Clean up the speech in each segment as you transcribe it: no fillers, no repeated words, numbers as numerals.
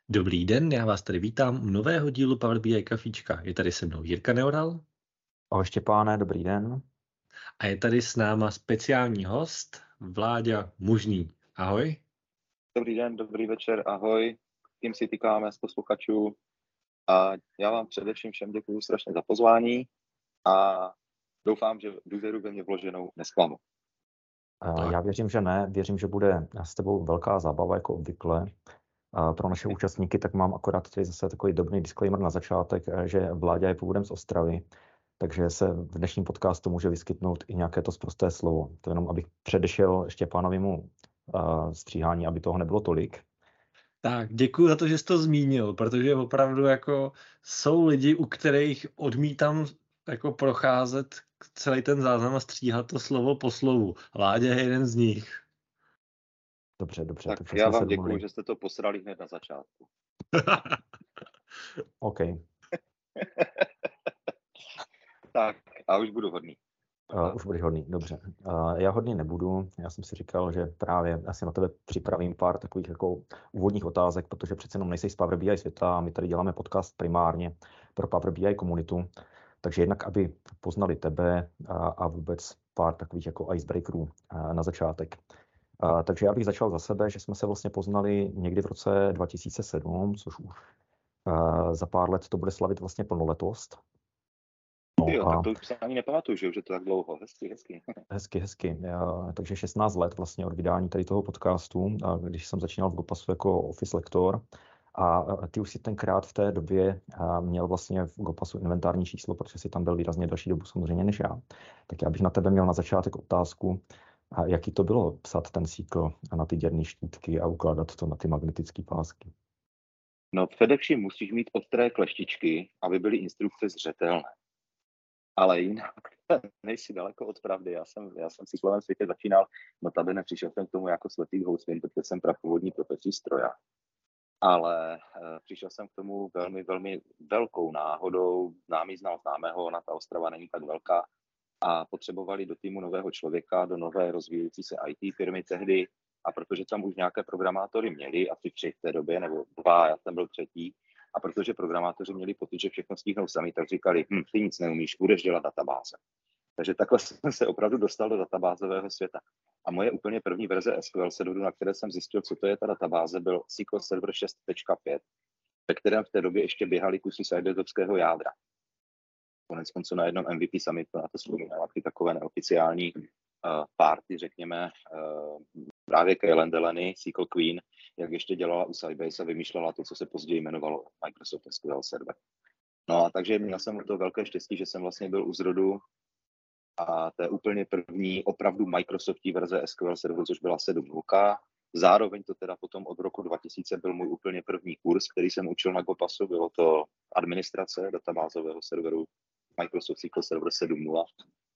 Dobrý den, já vás tady vítám u nového dílu Power BI Kafíčka. Je tady se mnou Jirka Neural Ahoj Štěpáne, dobrý den. a je tady s náma speciální host Vláďa Mužný. Ahoj. Dobrý den, dobrý večer, ahoj. Tím si týkáme z posluchačů. A já vám především všem děkuji strašně za pozvání a doufám, že důvěru ve mě vloženou nesklamu. Já věřím, že ne. Věřím, že bude s tebou velká zábava, jako obvykle. Pro naše účastníky tak mám akorát tady zase takový dobrý disclaimer na začátek, že Vláďa je původem z Ostravy, takže se v dnešním podcastu může vyskytnout i nějaké to sprosté slovo. To jenom, abych předešel Štěpánovému stříhání, aby toho nebylo tolik. Tak, děkuji za to, že jsi to zmínil, protože opravdu jako jsou lidi, u kterých odmítám jako procházet celý ten záznam a stříhat to slovo po slovu. Vláďa je jeden z nich. Dobře. Tak já vám děkuji, že jste to posrali hned na začátku. OK. Tak, a už budu hodný. Už budeš hodný, dobře. Já hodný nebudu, já jsem si říkal, že právě asi na tebe připravím pár takových jako úvodních otázek, protože přece jenom nejseš z Power BI světa a my tady děláme podcast primárně pro Power BI komunitu, takže jednak, aby poznali tebe a vůbec pár takových jako icebreakerů na začátek. Takže já bych začal za sebe, že jsme se vlastně poznali někdy v roce 2007, což už za pár let to bude slavit vlastně plnoletost. Jo, tak to už se ani nepamatuju, že už je to tak dlouho. Hezky. Takže 16 let vlastně od vydání tady toho podcastu, když jsem začínal v GoPasu jako office lektor. A ty už si tenkrát v té době měl vlastně v GoPasu inventární číslo, protože si tam byl výrazně další dobu samozřejmě než já. Tak já bych na tebe měl na začátek otázku, jaký to bylo psat ten SQL na ty děrné štítky a ukládat to na ty magnetické pásky. No především musíš mít ostré kleštičky, aby byly instrukce zřetelné. Ale jinak nejsi daleko od pravdy. Já jsem v SQLovém světě začínal, notabene přišel jsem k tomu jako slepý housvin, protože jsem prapůvodní profesí stroja. Ale přišel jsem k tomu velmi, velmi velkou náhodou. Známý znal známého, ona ta Ostrava není tak velká. A potřebovali do týmu nového člověka, do nové rozvíjející se IT firmy tehdy. A protože tam už nějaké programátory měli, asi 3 v té době, nebo 2, já jsem byl 3. A protože programátoři měli pocit, že všechno stihnou sami, tak říkali, ty nic neumíš, budeš dělat databáze. Takže takhle jsem se opravdu dostal do databázového světa. A moje úplně první verze SQL serveru, na které jsem zjistil, co to je ta databáze, byl SQL Server 6.5, ve kterém v té době ještě běhaly kusy sideovského jádra. Koneckonců na jednom MVP summitu, na to vzpomínám, ty takové neoficiální party, řekněme, právě Kaylen Delaney, SQL Queen, jak ještě dělala u Sybase a vymýšlela to, co se později jmenovalo Microsoft SQL Server. No a takže měl jsem to velké štěstí, že jsem vlastně byl u zrodu a té úplně první opravdu Microsoftí verze SQL Serveru, což byla 7.0. Zároveň to teda potom od roku 2000 byl můj úplně první kurz, který jsem učil na GoPasu, bylo to administrace databázového serveru Microsoft SQL Server 7.0.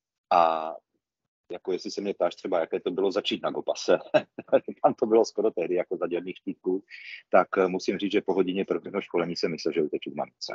A jako jestli se mě ptáš třeba, jaké to bylo začít na GoPase, tam to bylo skoro tehdy jako za děrných štítků, tak musím říct, že po hodině prvního školení jsem myslel, že uteču k mamince.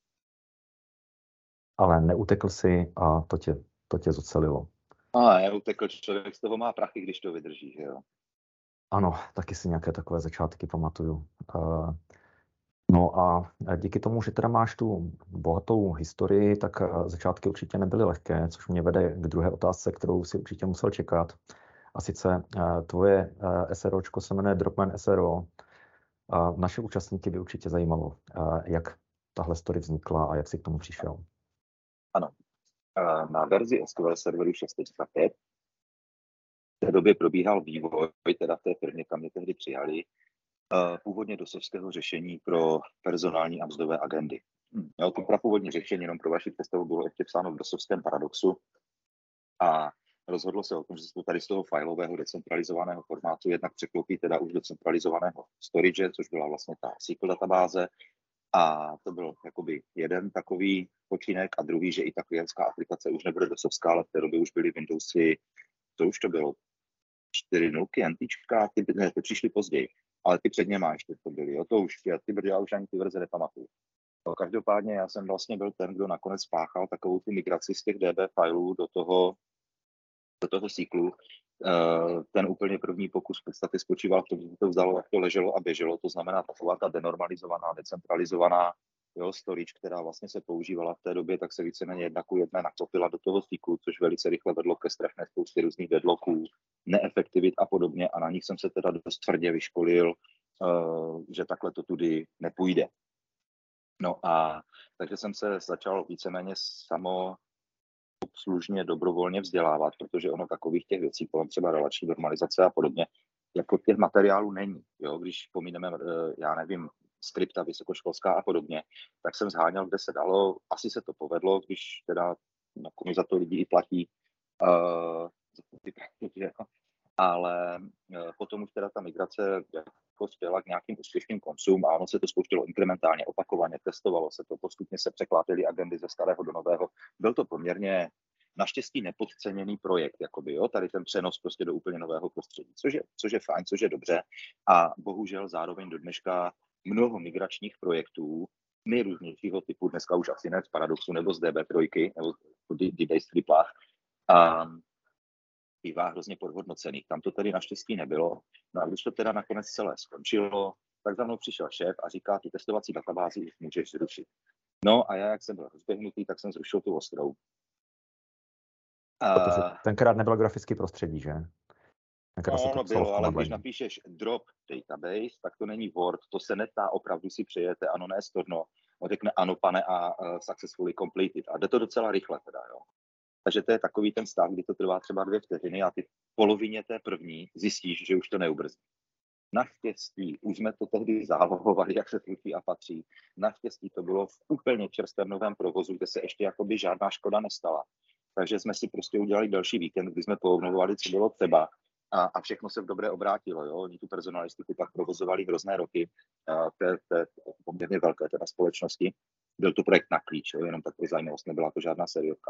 Ale neutekl si a to tě zocelilo. A neutekl, člověk z toho má prachy, když to vydrží, že jo. Ano, taky si nějaké takové začátky pamatuju. No a díky tomu, že teda máš tu bohatou historii, tak začátky určitě nebyly lehké, což mě vede k druhé otázce, kterou si určitě musel čekat. A sice tvoje SROčko se jmenuje Dropman SRO. Naše účastníky by určitě zajímalo, jak tahle story vznikla a jak jsi k tomu přišel. Ano. Na verzi SQL serveru 6.5 v té době probíhal vývoj, teda v té firmě, kam mě tehdy přijali, původně dosovského řešení pro personální a mzdové agendy. Jo, to prapůvodní řešení, jenom pro vaši představu, bylo ještě psáno v dosovském paradoxu a rozhodlo se o tom, že se to tady z toho fileového decentralizovaného formátu jednak překlopí teda už do centralizovaného storage, což byla vlastně ta SQL databáze. A to byl jakoby jeden takový počinek a druhý, že i ta klientská aplikace už nebude dosovská, ale v té době už byly Windowsy, to už to bylo 4.0, NTčka, ty přišly později, ale ty před něma ještě to byly, jo, to už, já už ani ty verze nepamatuju. Každopádně já jsem vlastně byl ten, kdo nakonec spáchal takovou tu migraci z těch DB filů do toho do toho cyklu. Ten úplně první pokus v podstatě spočíval v tom, že to vzalo, jak to leželo a běželo, to znamená taková ta denormalizovaná, decentralizovaná storage, která vlastně se používala v té době, tak se víceméně 1:1 nakopila do toho cyklu, což velice rychle vedlo ke strašné spoustě různých deadlocků, neefektivit a podobně a na nich jsem se teda dost tvrdě vyškolil, že takhle to tudy nepůjde. No a takže jsem se začal víceméně obslužně dobrovolně vzdělávat, protože ono takových těch věcí, kolem třeba relační normalizace a podobně, jako těch materiálů není. Jo? Když pomineme, já nevím, skripta vysokoškolská a podobně, tak jsem zháněl, kde se dalo. Asi se to povedlo, když teda za to lidi i platí, ale potom už teda ta migrace jako spěla k nějakým úspěšným koncům a ono se to spouštělo inkrementálně, opakovaně, testovalo se to, postupně se překlápěly agendy ze starého do nového. Byl to poměrně naštěstí nepodceněný projekt, jakoby, jo, tady ten přenos prostě do úplně nového prostředí, což je fajn, což je dobře a bohužel zároveň do dneška mnoho migračních projektů nejrůznějšího typu, dneska už asi ne z Paradoxu nebo z DB3, nebo DBase triplách, bývá hrozně podhodnocených. Tam to tedy naštěstí nebylo. No a když to teda nakonec celé skončilo, tak za mnou přišel šéf a říká, ty testovací databázi už můžeš zrušit. No a já, jak jsem byl rozběhnutý, tak jsem zrušil tu ostrou. Protože tenkrát nebylo grafický prostředí, že? No, bylo, ale když napíšeš drop database, tak to není Word, to se netá, opravdu si přejete, ano, ne, storno. On řekne ano, pane, a successfully completed. A jde to docela rychle teda, jo. Takže to je takový ten stav, kdy to trvá třeba 2 vteřiny a ty v polovině té první zjistíš, že už to neubrzdí. Naštěstí, už jsme to tehdy zálohovali, jak se sluší a patří. Naštěstí to bylo v úplně čerstvém novém provozu, kde se ještě jakoby žádná škoda nestala. Takže jsme si prostě udělali další víkend, kdy jsme poobnovovali, co bylo třeba. A všechno se v dobré obrátilo. Jo? Oni tu personalistiku pak provozovali hrozné roky, té poměrně velké teda společnosti. Byl to projekt na klíč, jo? Jenom takový zajímavost, nebyla to žádná seriovka.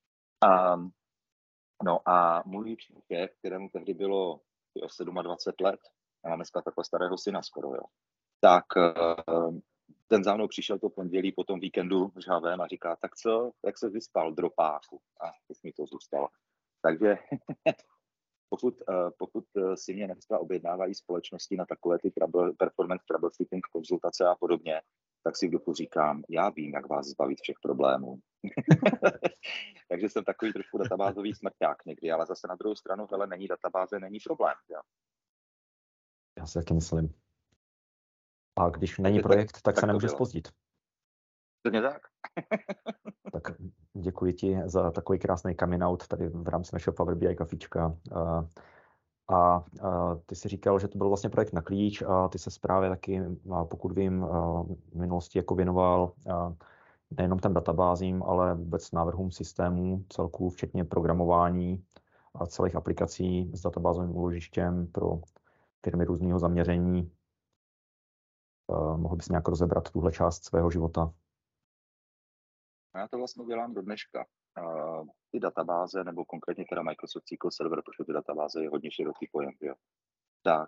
No a můj šéf, kterému tehdy bylo 27 let, já mám dneska takhle starého syna skoro, jo, tak ten za mnou přišel to pondělí po tom víkendu žhavém a říká, tak co, jak se vyspal, dropáku? A už mi to zůstalo. Takže pokud si mě dneska objednávají společnosti na takové ty performance troubleshooting, konzultace a podobně, tak si v duchu říkám, já vím, jak vás zbavit všech problémů. Takže jsem takový trošku databázový smrťák někdy, ale zase na druhou stranu, hele, není databáze, není problém. Jo? Já si taky myslím. A když není projekt, tak se nemůže zpozdit. Přesně tak. Tak děkuji ti za takový krásný coming out tady v rámci našeho Power BI kafíčka. A ty si říkal, že to byl vlastně projekt na klíč a ty se právě taky, pokud vím, v minulosti jako věnoval nejenom těm databázím, ale vůbec návrhům systémů celků, včetně programování a celých aplikací s databázovým úložištěm pro firmy různého zaměření. Mohl bys nějak rozebrat tuhle část svého života? Já to vlastně dělám do dneška. Ty databáze, nebo konkrétně teda Microsoft SQL Server, protože ty databáze je hodně široký pojem, jo. Tak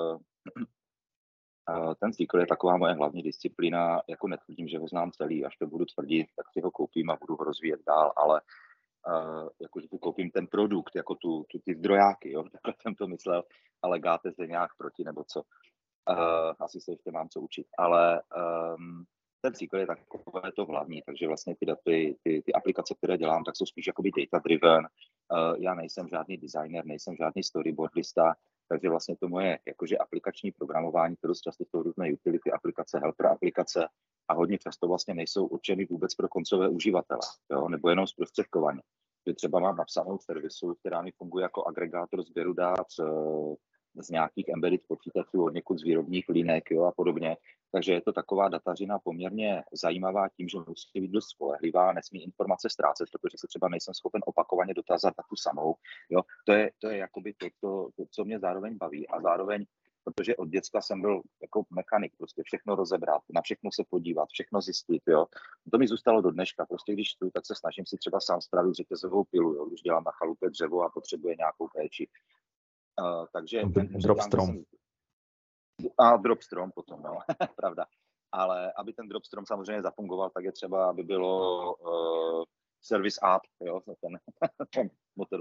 ten SQL je taková moje hlavní disciplína, jako netvrdím, že ho znám celý, až to budu tvrdit, tak si ho koupím a budu ho rozvíjet dál, ale jakože tu koupím ten produkt, jako ty zdrojáky, jo, takhle jsem to myslel, ale gáte se nějak proti, nebo co. Asi se ještě mám co učit, ale ten SQL je takové to hlavní, takže vlastně ty aplikace, které dělám, tak jsou spíš jakoby data-driven. Já nejsem žádný designer, nejsem žádný storyboardista, takže vlastně to moje jakože aplikační programování, to dost často jsou různé utility aplikace, helper aplikace a hodně často vlastně nejsou určeny vůbec pro koncové uživatele, jo? Nebo jenom zprostředkovaně. Že třeba mám napsanou servisu, která mi funguje jako agregátor sběru dát z nějakých embedded počítačů, od někud z výrobních linek, jo, a podobně. Takže je to taková datařina poměrně zajímavá tím, že musí být dost spolehlivá, nesmí informace ztrácet, protože se třeba nejsem schopen opakovaně dotázat na tu samou. Jo. To je jakoby to, co mě zároveň baví. A zároveň, protože od děcka jsem byl jako mechanik, prostě všechno rozebrat, na všechno se podívat, všechno zjistit. Jo. To mi zůstalo do dneška. Prostě když tu, tak se snažím si třeba sám spravit řetězovou pilu, jo, když dělám na chalupě dřevo a potřebuje nějakou péči. Takže Dropstrom. A Dropstrom potom, no, pravda. Ale aby ten Dropstrom samozřejmě zafungoval, tak je třeba, aby bylo service app, jo, ten motor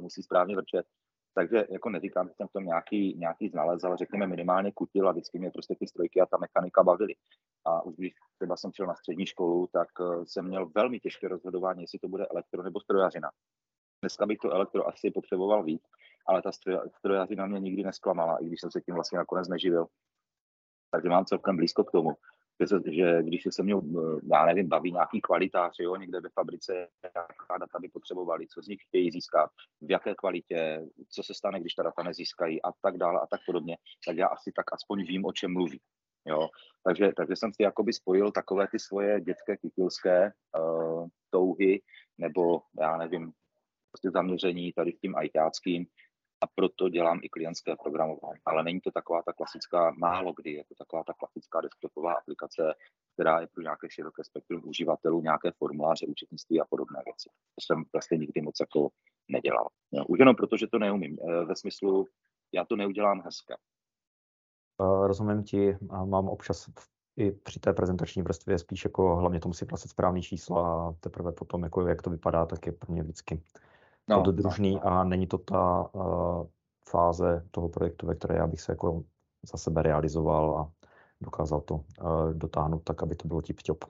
musí správně vrčet. Takže jako neříkám, že jsem v tom nějaký znalec, ale řekněme minimálně kutil a vždycky mě prostě ty strojky a ta mechanika bavily. A už když třeba jsem šel na střední školu, tak jsem měl velmi těžké rozhodování, jestli to bude elektro nebo strojařina. Dneska bych to elektro asi potřeboval víc, ale ta strojařina mě nikdy nesklamala, i když jsem se tím vlastně nakonec neživil. Takže mám celkem blízko k tomu, že když se mě, já nevím, baví nějaký kvalitář, jo, někde ve fabrice, jaká data by potřebovali, co z nich chtějí získat, v jaké kvalitě, co se stane, když ta data nezískají a tak dále a tak podobně, tak já asi tak aspoň vím, o čem mluví. Jo. Takže jsem si jakoby spojil takové ty svoje dětské kytilské touhy, nebo já nevím, prostě zaměření tady s tím ajťáckým, a proto dělám i klientské programování. Ale není to taková ta klasická, málo kdy je to taková ta klasická desktopová aplikace, která je pro nějaké široké spektrum uživatelů, nějaké formuláře, účetnictví a podobné věci. To jsem vlastně nikdy moc jako nedělal. No, už jenom proto, že to neumím. Ve smyslu, já to neudělám hezké. Rozumím ti, a mám občas i při té prezentační vrstvě spíš jako hlavně to musí vlastně správný čísla a teprve potom, jako jak to vypadá, tak je pro mě vždycky podružný a není to ta fáze toho projektu, ve které já bych se jako za sebe realizoval a dokázal to dotáhnout tak, aby to bylo tip-top.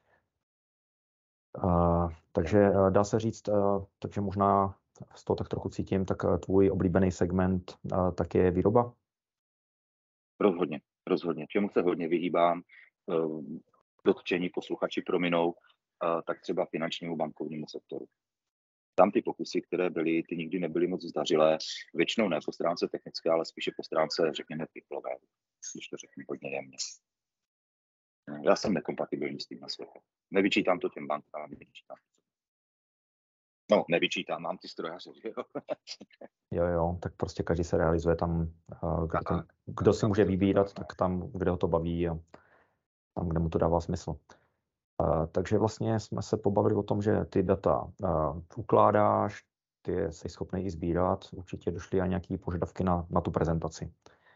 Takže dá se říct, takže možná z toho tak trochu cítím, tak tvůj oblíbený segment tak je výroba? Rozhodně. Čemu se hodně vyhýbám, dotčení posluchači prominou, tak třeba finančnímu bankovnímu sektoru. Tam ty pokusy, které byly, ty nikdy nebyly moc zdařilé, většinou ne po stránce technické, ale spíše po stránce, řekněme, typové, když to řeknu hodně jemně. Já jsem nekompatibilní s tím na světě. Nevyčítám to těm bankám, nevyčítám, mám ty strojaře, že jo? Jo, tak prostě každý se realizuje tam, kdo si může vybírat, tak tam, kde ho to baví a tam, kde mu to dává smysl. Takže vlastně jsme se pobavili o tom, že ty data ukládáš, ty jsi schopný i sbírat, určitě došly a nějaké požadavky na tu prezentaci.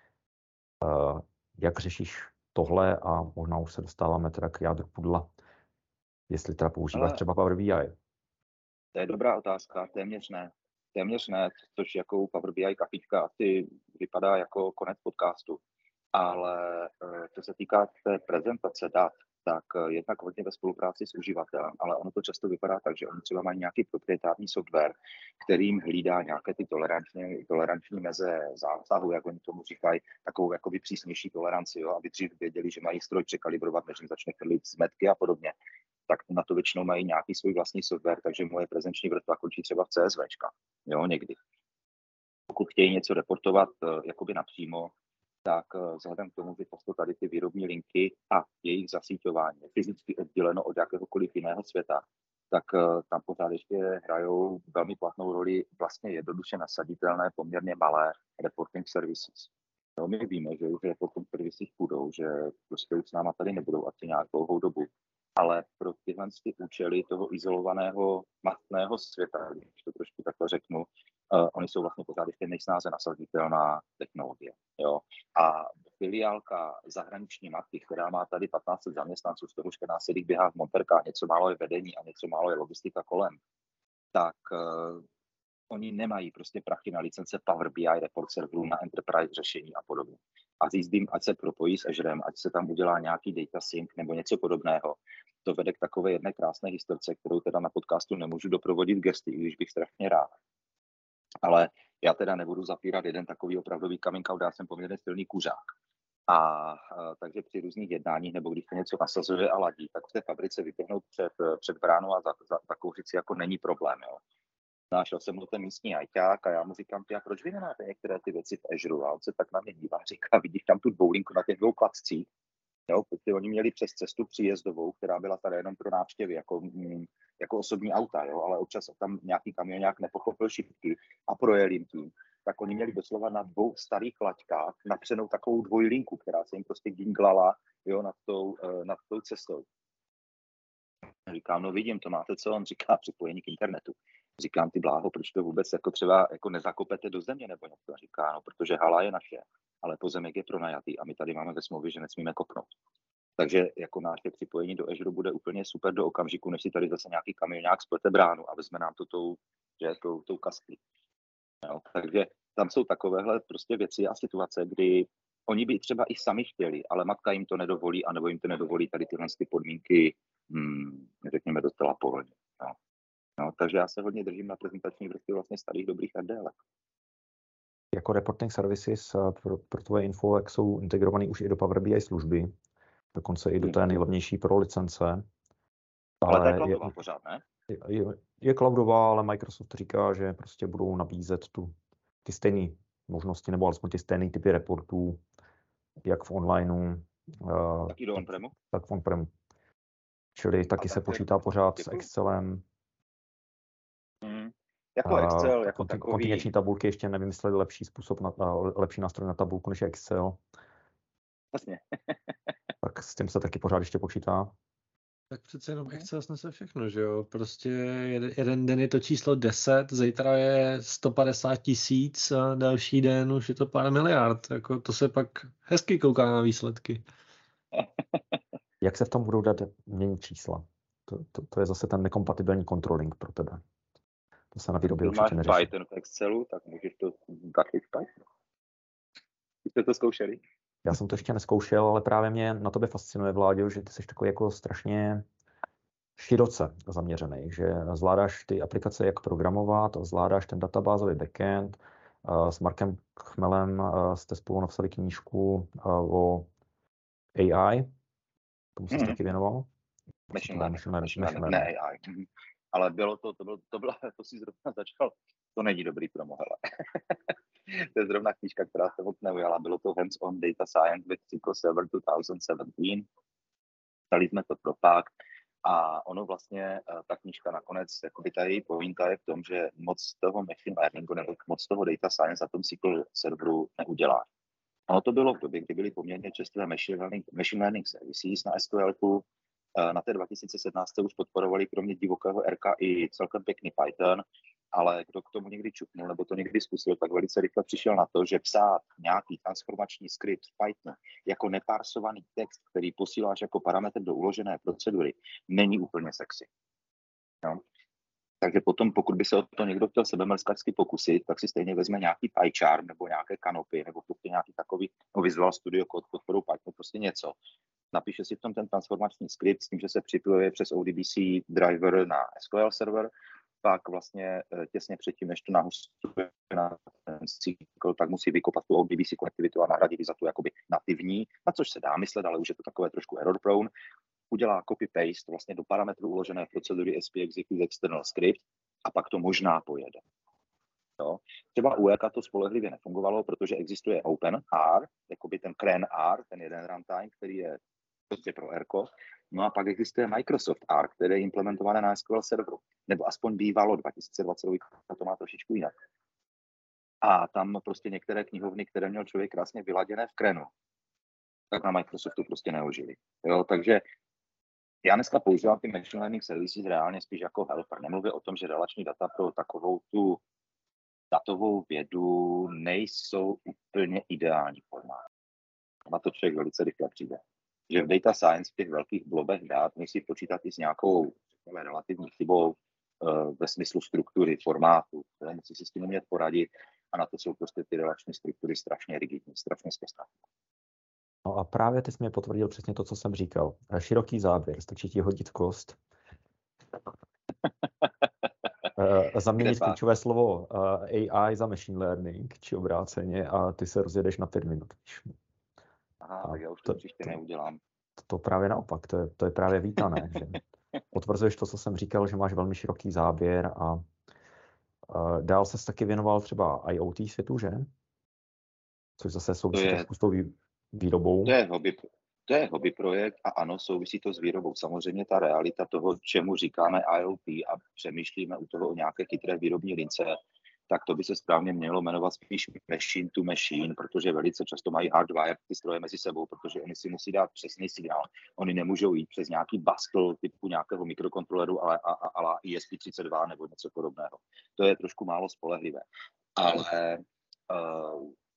Jak řešíš tohle a možná už se dostáváme teda k jádru pudla, jestli teda používáš třeba Power BI? To je dobrá otázka, téměř ne, což jako u Power BI kapička asi vypadá jako konec podcastu. Ale co se týká té prezentace dat, tak jednak hodně ve spolupráci s uživatelem, ale ono to často vypadá tak, že oni třeba mají nějaký proprietární software, kterým hlídá nějaké ty toleranční meze zásahu, jak oni tomu říkají, takovou jakoby přísnější toleranci, jo, aby dřív věděli, že mají stroj překalibrovat, než jim začne chrlit zmetky a podobně. Tak na to většinou mají nějaký svůj vlastní software, takže moje prezenční vrstva končí třeba v CSVčka, jo, někdy. Pokud chtějí něco reportovat jakoby napřímo, tak vzhledem k tomu, že často tady ty výrobní linky a jejich zasíťování je fyzicky odděleno od jakéhokoliv jiného světa, tak tam pořád ještě hrajou velmi platnou roli vlastně jednoduše nasaditelné, poměrně malé reporting services. No, my víme, že už reporting services budou, že prostě už s náma tady nebudou asi nějak dlouhou dobu, ale pro tyhle účely toho izolovaného mastného světa, když to trošku takhle řeknu, oni jsou vlastně pořád ještě nejsnáze nasaditelná technologie. Jo? A filiálka zahraniční matky, která má tady 15 zaměstnanců, z toho 14 běhá v monterkách, něco málo je vedení a něco málo je logistika kolem, tak oni nemají prostě prachy na licence Power BI, report serverů, na enterprise řešení a podobně. A s jistým, ať se propojí s Azurem, ať se tam udělá nějaký data sync nebo něco podobného, to vede k takové jedné krásné historce, kterou teda na podcastu nemůžu doprovodit gesty, i když bych strašně rád. Ale já teda nebudu zapírat jeden takový opravdový coming out, já jsem poměrně silný kuřák. Takže při různých jednáních, nebo když to něco nasazuje a ladí, tak v té fabrice vypěhnout před bránou a zakouřit si jako není problém. Jo. Našel jsem mu ten místní ajťák a já mu říkám, proč vy nemáte některé ty věci v Azure? A on se tak na mě dívá, říká, vidíš tam tu dvoulinku na těch dvou klaccích? Jo, protože oni měli přes cestu příjezdovou, která byla tady jenom pro návštěvy, jako osobní auta, jo, ale občas tam nějaký kamionák nepochopil šipky a projel jim tím. Tak oni měli doslova na dvou starých laťkách napřenou takovou dvojlinku, která se jim prostě ginglala, jo, nad tou cestou. Říkám, no vidím, to máte co? On říká, připojení k internetu. Říkám, ty bláho, proč to vůbec jako třeba jako nezakopete do země nebo něco? Říká, no, protože hala je naše, ale pozemek je pronajatý a my tady máme ve smlouvě, že nesmíme kopnout. Takže jako naše připojení do Azure bude úplně super do okamžiku, než si tady zase nějaký kamionák splete bránu a vezme nám to tou kasklí. Jo? Takže tam jsou takovéhle prostě věci a situace, kdy oni by třeba i sami chtěli, ale matka jim to nedovolí, anebo jim to nedovolí tady tyhle ty podmínky, řekněme, docela pohodlně. No, takže já se hodně držím na prezentační vrstvě vlastně starých dobrých RDL. Jako reporting services pro tvoje info, jak jsou integrovaný už i do Power BI služby, dokonce i do té nejlevnější pro licence. Ale to je cloudová pořád, ne? Je cloudová, ale Microsoft říká, že prostě budou nabízet ty stejné možnosti, nebo alespoň ty stejné typy reportů, jak v onlineu, taky do on-premu? Tak v on-premu. Čili taky se počítá pořád s Excelem. Jako Excel, jako takový. Kontinuační tabulky ještě nevymysleli lepší způsob, lepší nástroj na tabulku, než je Excel. Vlastně. Tak s tím se taky pořád ještě počítá. Tak přece jenom Excel snese všechno, že jo? Prostě jeden den je to číslo 10, zítra je 150 000 a další den už je to pár miliard. Jako to se pak hezky kouká na výsledky. Jak se v tom budou dát měnit čísla? To je zase ten nekompatibilní controlling pro tebe. To se na výrobě určitě neřeší. Máš Python v Excelu, tak můžeš to dát v Pythonu. Jste to zkoušeli? Já jsem to ještě neskoušel, ale právě mě na tobě fascinuje, Vláďo, že ty jsi takový jako strašně široce zaměřený, že zvládáš ty aplikace, jak programovat, zvládáš ten databázový backend. S Markem Chmelem jste spolu napsali knížku o AI. Tomu jsi taky věnoval? Machine learning, ne AI. Ale to si zrovna začal, to není dobrý promo, hele. To je zrovna knížka, která se moc neujala. Bylo to Hands-on Data Science with SQL Server 2017. Stali jsme to pro PAK a ono vlastně, ta knížka nakonec, jakoby ta její pointa je v tom, že moc toho machine learningu nebo moc toho data science na tom SQL serveru neudělá. Ono to bylo v době, kdy byly poměrně čerstvé machine learning services na SQL-ku. Na té 2017 už podporovali kromě divokého RK i celkem pěkný Python, ale kdo k tomu někdy čupnul nebo to někdy zkusil, tak velice rychle přišel na to, že psát nějaký transformační skript v Pythonu jako neparsovaný text, který posíláš jako parametr do uložené procedury, není úplně sexy. No. Takže potom, pokud by se o to někdo chtěl sebemrskačsky pokusit, tak si stejně vezme nějaký PyCharm nebo nějaké Canopy nebo prostě nějaký takový Visual Studio Code podporou Python, prostě něco. Napíše si v tom ten transformační skript s tím, že se připojuje přes ODBC driver na SQL server, pak vlastně těsně předtím, než to nahostuje na ten SQL, tak musí vykopat tu ODBC konektivitu a nahradit za tu jakoby nativní, na což se dá myslet, ale už je to takové trošku error prone. Udělá copy-paste vlastně do parametru uložené procedury SP execute external script a pak to možná pojede. Jo. Třeba u EK to spolehlivě nefungovalo, protože existuje OpenR, jakoby ten CRAN-R, ten jeden runtime, který je prostě pro ERCO. No a pak existuje Microsoft R, který je implementované na SQL serveru. Nebo aspoň bývalo 2020, to má trošičku jinak. A tam prostě některé knihovny, které měl člověk krásně vyladěné v CRANu, tak na Microsoftu prostě neožili. Jo, takže já dneska používám ty machine learning services reálně spíš jako helper. Nemluvím o tom, že relační data pro takovou tu datovou vědu nejsou úplně ideální formát. Na to člověk velice rychle přijde. Že v data science v těch velkých blobech dát musí počítat i s nějakou relativní chybou ve smyslu struktury, formátu. Musí si s tím umět poradit a na to jsou prostě ty relační struktury strašně rigidní, strašně zkostnaté. No a právě ty jsi mi potvrdil přesně to, co jsem říkal. Široký záběr, stačí ti hodit kost. Zaměnit klíčové slovo AI za machine learning, či obráceně, a ty se rozjedeš na 5 minut. Aha, tak já už to příště neudělám. To právě naopak, to je právě vítané. Že potvrzuješ to, co jsem říkal, že máš velmi široký záběr a dál ses taky věnoval třeba IoT světu, že? Což zase souvisí trošku s tou výrobou. To je hobby projekt a ano, souvisí to s výrobou. Samozřejmě ta realita toho, čemu říkáme IoT a přemýšlíme u toho o nějaké chytré výrobní lince, tak to by se správně mělo jmenovat spíš machine to machine, protože velice často mají hardwire ty stroje mezi sebou, protože oni si musí dát přesný signál. Oni nemůžou jít přes nějaký bastel typu nějakého mikrokontroleru, ale ESP32 nebo něco podobného. To je trošku málo spolehlivé. Ale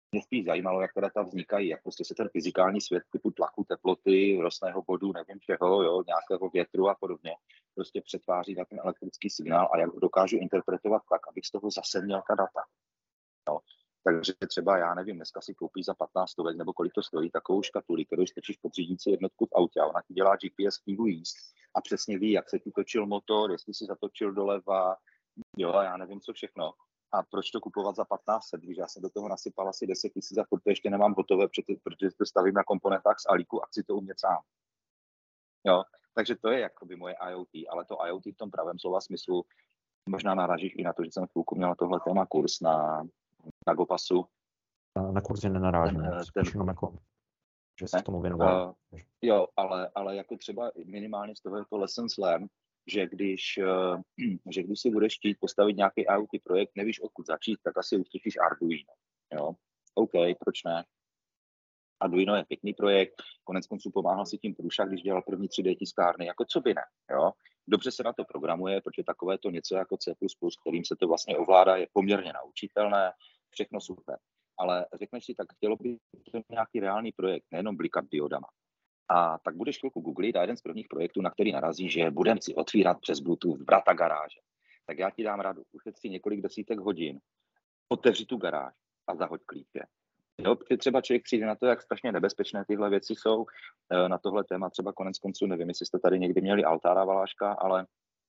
Mě spíš zajímalo, jak ta data vznikají, jak prostě se ten fyzikální svět typu tlaku, teploty, rostného bodu, nevím čeho, jo, nějakého větru a podobně, prostě přetváří na ten elektrický signál a jak ho dokážu interpretovat tak, abych z toho zase měl ta data. Jo. Takže třeba, já nevím, dneska si koupíš za 15 stovek, nebo kolik to stojí, takovou škatuli, kterou strčíš pod řídící jednotku v autě a ona ti dělá GPS knihu jízd a přesně ví, jak se ti točil motor, jestli si zatočil doleva, jo, a já nevím, co všechno. A proč to kupovat za 1500, když já jsem do toho nasypal asi 10 000 a furt to ještě nemám hotové, protože to stavím na komponentách z Alíku a chci to umět sám. Jo, takže to je jakoby moje IoT, ale to IoT v tom pravém slova smyslu, možná narážíš i na to, že jsem chvilku měla tohle téma kurz na Gopasu. Na kurzi nenarážím, spíš jenom jako, že se tomu věnoval. Jo, ale jako třeba minimálně z toho je to lessons learned, že když si budeš chtít postavit nějaký IoT projekt, nevíš odkud začít, tak asi uslyšíš Arduino. Jo? OK, proč ne? Arduino je pěkný projekt, konec konců pomáhal si tím Průša, když dělal první 3D tiskárny, jako co by ne. Jo? Dobře se na to programuje, protože takové to něco jako C++, kterým se to vlastně ovládá, je poměrně naučitelné, všechno super. Ale řekneš si, tak chtělo by to nějaký reálný projekt, nejenom blikat diodama. A tak budeš chvilku googlit a jeden z prvních projektů, na který narazí, že budeme si otvírat přes Bluetooth vrata garáže. Tak já ti dám radu, ušetři několik desítek hodin, otevři tu garáž a zahoď klíče. Jo, protože třeba člověk přijde na to, jak strašně nebezpečné tyhle věci jsou. Na tohle téma třeba konec konců, nevím, jestli jste tady někdy měli Altára Valáška, ale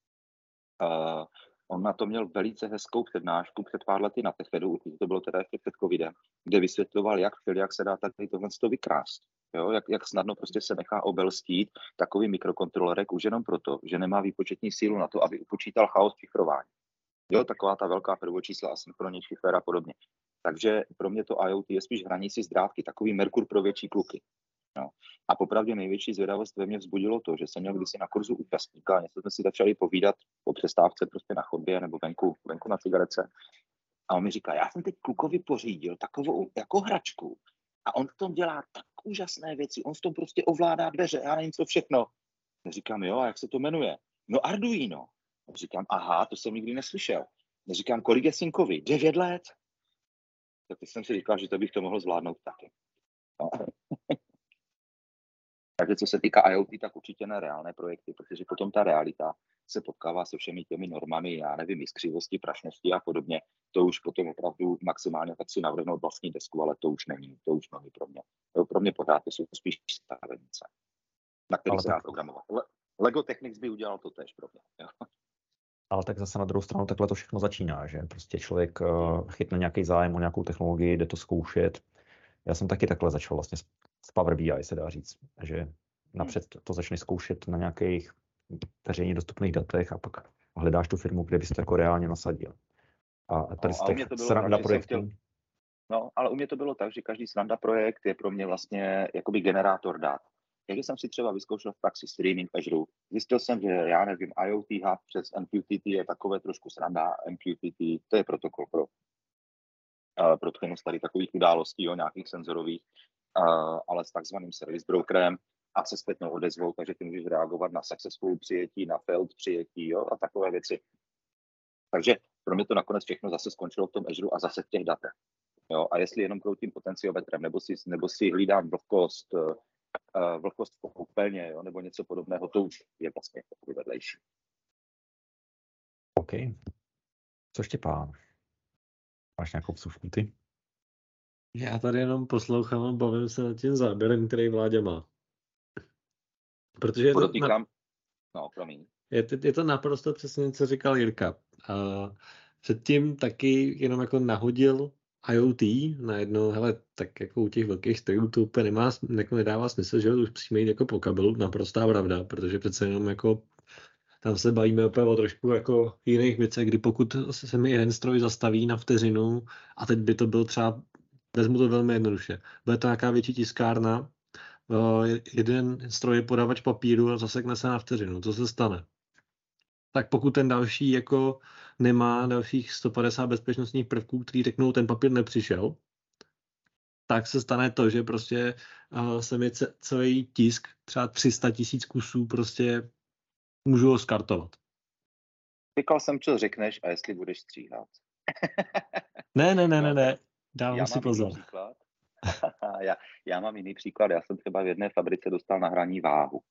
on na to měl velice hezkou přednášku před pár lety na Techedu, určitě to bylo teda ještě před covidem, kde vysvětloval, jak se dá tady tohle vykrást. Jo, jak snadno prostě se nechá obelstít takový mikrokontrolerek už jenom proto, že nemá výpočetní sílu na to, aby upočítal chaos šifrování. Jo, taková ta velká prvočísla, asynchronní šifér a podobně. Takže pro mě to IoT je spíš hraní si z drátky, takový Merkur pro větší kluky. No. A popravdě největší zvědavost ve mně vzbudilo to, že jsem měl kdysi na kurzu účastníka a něco jsme si začali povídat po přestávce prostě na chodbě nebo venku na cigarece. A on mi říká, já jsem teď klukovi pořídil takovou jako hračku a on v tom dělá tak úžasné věci, on v tom prostě ovládá dveře, já nevím co všechno. Já říkám, jo, a jak se to jmenuje? No Arduino. Já říkám, aha, to jsem nikdy neslyšel. Já říkám, kolik je synkovi? 9 let. Tak jsem si říkal, že to bych to mohl zvládnout taky. No. Takže co se týká IoT, tak určitě ne reálné projekty, protože potom ta realita se potkává se všemi těmi normami, já nevím, jiskřivosti, prašnosti a podobně. To už potom opravdu maximálně tak si navrhnout vlastní desku, ale to už není pro mě. Pro mě pořád to jsou spíš stavenice, na kterých se dá programovat. Lego Technics by udělal to též pro mě. Jo. Ale tak zase na druhou stranu takhle to všechno začíná, že prostě člověk chytne nějaký zájem o nějakou technologii, jde to zkoušet. Já jsem taky takhle začal vlastně s Power BI, se dá říct, že napřed to začneš zkoušet na nějakých veřejně dostupných datech a pak hledáš tu firmu, kde bys to jako reálně nasadil. A tady z těch sranda projektů. No, ale u mě to bylo tak, že každý sranda projekt je pro mě vlastně jakoby generátor dat. Takže jsem si třeba vyzkoušel v praxi streaming v Azure. Zjistil jsem, že já nevím, IoT Hub přes MQTT je takové trošku sranda. MQTT, to je protokol pro přenos tady takových událostí, nějakých senzorových, ale s takzvaným service brokerem a se zpětnou odezvou, takže ty můžeš reagovat na successful přijetí, na failed přijetí, a takové věci. Takže pro mě to nakonec všechno zase skončilo v tom Azure a zase v těch datech. Jo, a jestli jenom kroutím potenciometrem, nebo si hlídám vlhkost v koupelně, nebo něco podobného, to už je vlastně vedlejší. OK. Co Štěpán? Máš nějakou vsuvku ty? Já tady jenom poslouchám a bavím se nad tím záběrem, který Vláďa má. Protože je to naprosto přesně, co říkal Jirka. A předtím taky jenom jako nahodil IoT najednou, hele, tak jako u těch velkých strojů to úplně nedává smysl, že to už musíme jít jako po kabelu, naprostá pravda, protože přece jenom jako tam se bavíme opět o trošku jako jiných věcech, kdy pokud se mi jeden stroj zastaví na vteřinu a teď by to byl třeba, vezmu to velmi jednoduše, bude to nějaká větší tiskárna, jeden stroj je podavač papíru a zasekne se na vteřinu, co se stane? Tak pokud ten další jako nemá dalších 150 bezpečnostních prvků, který řeknou, ten papír nepřišel, tak se stane to, že prostě se mi celý tisk, třeba 300 000 kusů, prostě můžu ho skartovat. Říkal jsem, co řekneš a jestli budeš stříhat. Ne. Dávám si pozor. Já mám jiný příklad. Já jsem třeba v jedné fabrice dostal na hraní váhu.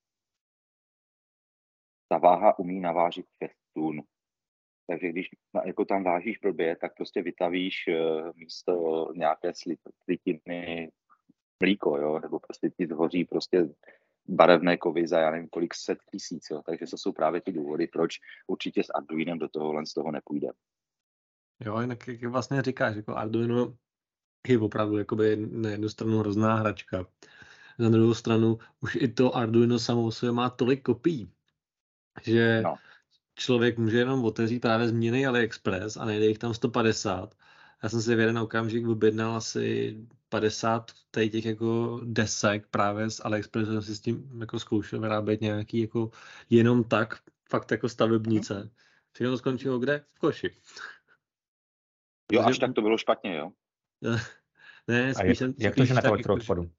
Ta váha umí navážit 6 tun. Takže když jako tam vážíš blbě, tak prostě vytavíš místo nějaké slitiny mlíko, jo? Nebo prostě ti zhoří prostě barevné kovy za já nevím kolik set tisíc. Jo? Takže to jsou právě ty důvody, proč určitě s Arduinem do tohohle z toho nepůjde. Jo, jinak jak vlastně říkáš, jako Arduino je opravdu jakoby na jednu stranu hrozná hračka. Na druhou stranu už i to Arduino samo o sobě má tolik kopií, že člověk může jenom otevřít právě zmíněný AliExpress a najde jich tam 150. Já jsem si v jeden okamžik objednal asi 50 těch jako desek právě z AliExpressu, jsem si s tím jako zkoušel vyrábět nějaký jako jenom tak, fakt jako stavebnice. Všechno to skončilo kde? V koši. Jo, až tak to bylo špatně, jo? Ne, spíš jak to, že na elektroodpadu?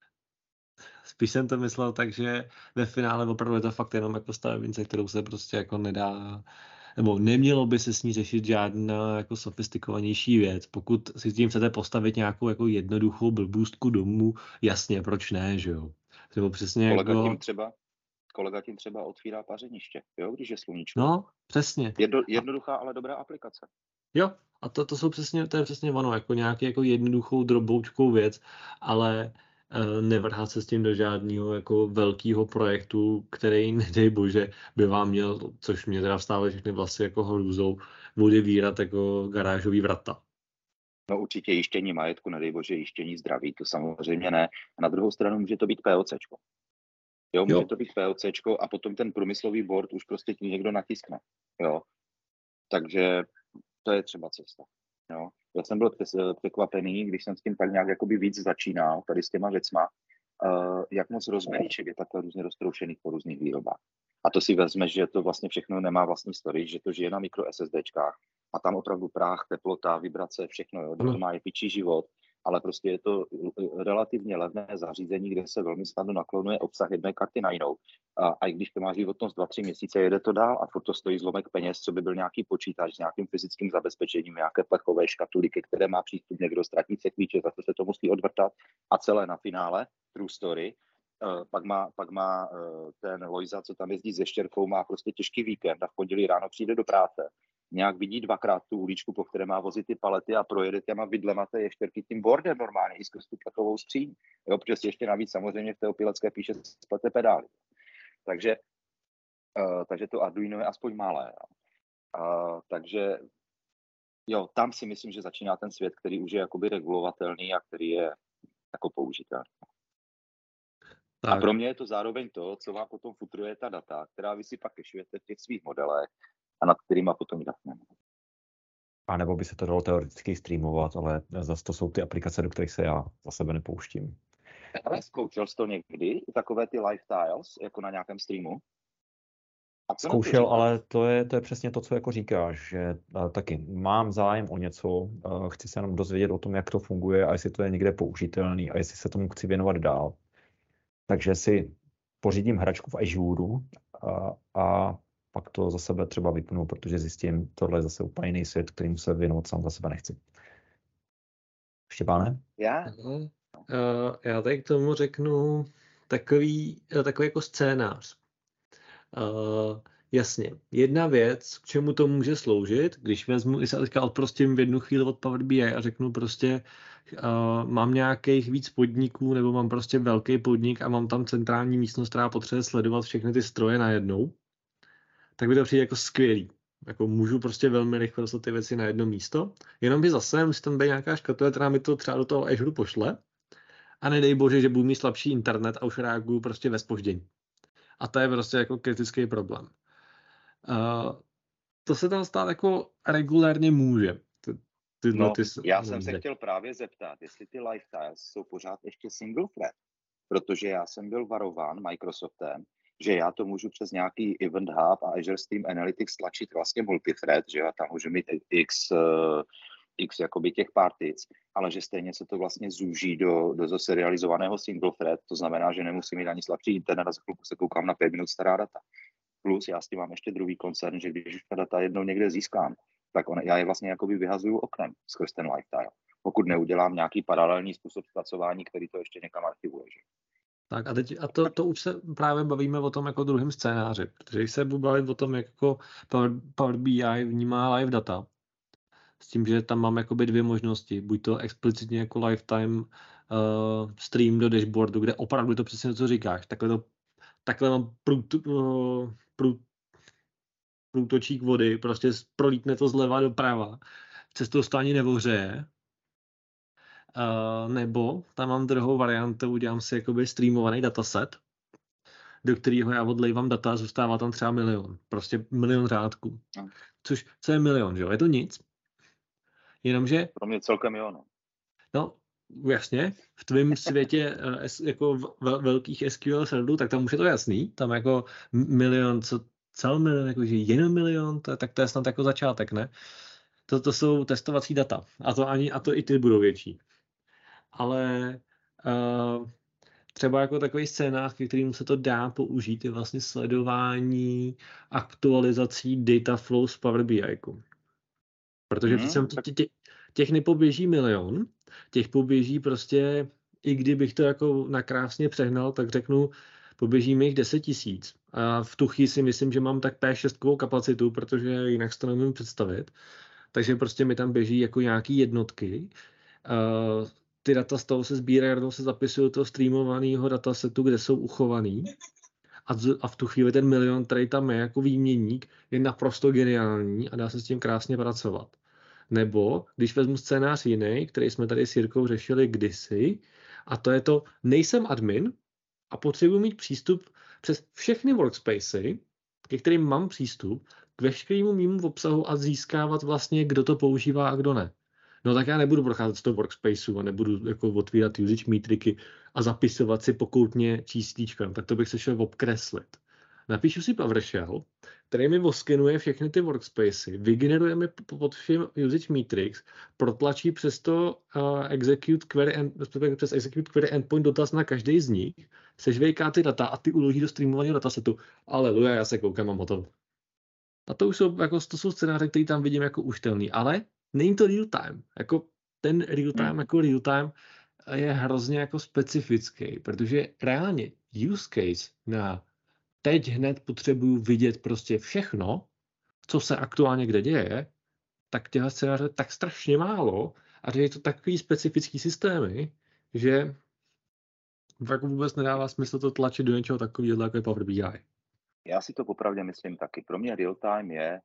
Spíš jsem to myslel tak, že ve finále opravdu je to fakt jenom jako stavebnice, kterou se prostě jako nedá, nebo nemělo by se s ní řešit žádná jako sofistikovanější věc. Pokud si s tím chcete postavit nějakou jako jednoduchou blbůstku domů, jasně, proč ne, že jo? Nebo přesně kolega tím třeba otvírá pařeniště, jo, když je sluníčko. No, přesně. Jednoduchá, ale dobrá aplikace. Jo, a to je přesně ono, jako nějaký jako jednoduchou droboučkou věc, ale nevrhat se s tím do žádného jako velkého projektu, který, nedej bože, by vám měl, což mě teda vstávaly všechny vlasy jako hrůzou, odevírat jako garážový vrata. No určitě jištění majetku, nedej bože, jištění zdraví, to samozřejmě ne. A na druhou stranu může to být POCčko. Jo, může to být POCčko a potom ten průmyslový board už prostě ti někdo natiskne. Jo. Takže to je třeba cesta. Jo. Já jsem byl překvapený, když jsem s tím tak nějak jakoby víc začínal, tady s těma věcma, jak moc rozměríček je takhle různě roztroušených po různých výrobách. A to si vezmeš, že to vlastně všechno nemá vlastní storage, že to žije na mikro SSDčkách a tam opravdu práh, teplota, vibrace, všechno, jo, to má epičí život, ale prostě je to relativně levné zařízení, kde se velmi snadno naklonuje obsah jedné karty na jinou. A i když to má životnost 2-3 měsíce, jede to dál a furt to stojí zlomek peněz, co by byl nějaký počítač s nějakým fyzickým zabezpečením, nějaké plechové škatulíky, které má přístup někdo, ztratí se klíče, zase se to musí odvrtat a celé na finále, true story. Pak má ten Lojza, co tam jezdí se štěrkou, má prostě těžký víkend a v pondělí ráno přijde do práce. Nějak vidí dvakrát tu uličku, po které má vozit ty palety a projede těma vidlema té ještěrky tím boardem normálně i skrz tu plechovou skříň. Jo, protože si ještě navíc samozřejmě v té opilecké píše splete pedály. Takže to Arduino je aspoň malé. Takže jo, tam si myslím, že začíná ten svět, který už je jakoby regulovatelný a který je jako použitelný. Tak. A pro mě je to zároveň to, co vám potom futruje ta data, která vy si pak kešujete v těch svých modelech a nad kterýma potom jdeme. A nebo by se to dalo teoreticky streamovat, ale zase to jsou ty aplikace, do kterých se já za sebe nepouštím. Ale zkoušel jsi to někdy, takové ty lifestyles, jako na nějakém streamu? Zkoušel, ale to je přesně to, co jako říkáš, že taky mám zájem o něco, chci se jenom dozvědět o tom, jak to funguje a jestli to je někde použitelný a jestli se tomu chci věnovat dál. Takže si pořídím hračku v Azure a pak to za sebe třeba vypnu, protože zjistím, tohle je zase úplně jiný svět, kterým se věnovat sám za sebe nechci. Štěpáne? Já tady k tomu řeknu takový jako scénář. Jasně, jedna věc, k čemu to může sloužit, když vezmu, se teďka odprostím v jednu chvíli od Power BI a řeknu prostě, mám nějakých víc podniků, nebo mám prostě velký podnik a mám tam centrální místnost, která potřebuje sledovat všechny ty stroje najednou, tak by to přijde jako skvělý. Jako můžu prostě velmi rychle dostat ty věci na jedno místo, jenom by zase musí tam být nějaká škatule, která mi to třeba do toho Azure pošle a nedej bože, že budu mít slabší internet a už reaguju prostě ve zpoždění. A to je prostě jako kritický problém. To se tam stát jako regulérně může. Já jsem se chtěl právě zeptat, jestli ty lifestyles jsou pořád ještě single thread, protože já jsem byl varován Microsoftem, že já to můžu přes nějaký Event Hub a Azure Stream Analytics tlačit vlastně multithread, že já tam můžu mít x jakoby těch partic, ale že stejně se to vlastně zúží do serializovaného single thread, to znamená, že nemusím mít ani slabší internet a za chvilku se koukám na 5 minut stará data. Plus já s tím mám ještě druhý koncern, že když už ta data jednou někde získám, tak já je vlastně jakoby vyhazuju oknem skrz ten lifestyle. pokud neudělám nějaký paralelní způsob zpracování, který to ještě někam archivuje. Že? Tak a to už se právě bavíme o tom jako druhém scénáři, protože se budu bavit o tom, jak jako Power BI vnímá live data. S tím, že tam mám jakoby dvě možnosti. Buď to explicitně jako lifetime stream do dashboardu, kde opravdu to přesně to, co říkáš. Takhle mám průtočík vody, prostě prolítne to zleva doprava. Cestou to ani nevohřeje. Nebo tam mám druhou variantu, udělám si jakoby streamovaný dataset, do kterého já odlejvám data a zůstává tam třeba 1 000 000. Prostě 1 000 000 řádků. Co je 1 000 000, že jo? Je to nic. Jenomže... Pro mě celkem jo, no. No, jasně, v tvém světě jako velkých SQL serverů, tak tam už je to jasný. Tam jako 1 000 000, celý milion, jakože jenom 1 000 000, tak to je snad jako začátek, ne? To jsou testovací data. A to i ty budou větší. Ale třeba jako takový scénář, ke kterým se to dá použít, je vlastně sledování aktualizací data flow z Power BI. Protože těch nepoběží 1 000 000, těch poběží prostě, i kdybych to jako nakrásně přehnal, tak řeknu, poběží mi jich 10 000. A v tu chvíli si myslím, že mám tak P6kovou kapacitu, protože jinak si to nemůžu představit. Takže prostě mi tam běží jako nějaký jednotky. Ty data z toho se sbírají, rovnou se zapisují do toho streamovaného datasetu, kde jsou uchovaný. A v tu chvíli ten 1 000 000, který tam je jako výměník, je naprosto geniální a dá se s tím krásně pracovat. Nebo, když vezmu scénář jiný, který jsme tady s Jirkou řešili kdysi, a to je to, nejsem admin a potřebuji mít přístup přes všechny workspacey, ke kterým mám přístup, k veškerému mému obsahu a získávat vlastně, kdo to používá a kdo ne. No tak já nebudu procházet z toho workspaceu a nebudu jako otvírat usage metriky a zapisovat si pokoutně číslíčka, tak to bych se šel obkreslit. Napíšu si PowerShell, který mi oskenuje všechny ty workspacey, vygeneruje mi pod všem usage metrics, protlačí přes to execute query endpoint dotaz na každý z nich, sežvejká ty data a ty uloží do streamovaného datasetu. Aleluja, já se koukám, mám hotovo. A to jsou scénáře, které tam vidím jako uštelný, ale není to real time. Jako ten real time je hrozně jako specifický, protože reálně use case na teď hned potřebuju vidět prostě všechno, co se aktuálně kde děje, tak těchto scénářů je tak strašně málo a že je to takový specifický systémy, že jako vůbec nedává smysl to tlačit do něčeho takového, jako je Power BI. Já si to popravdě myslím taky. Pro mě real time je,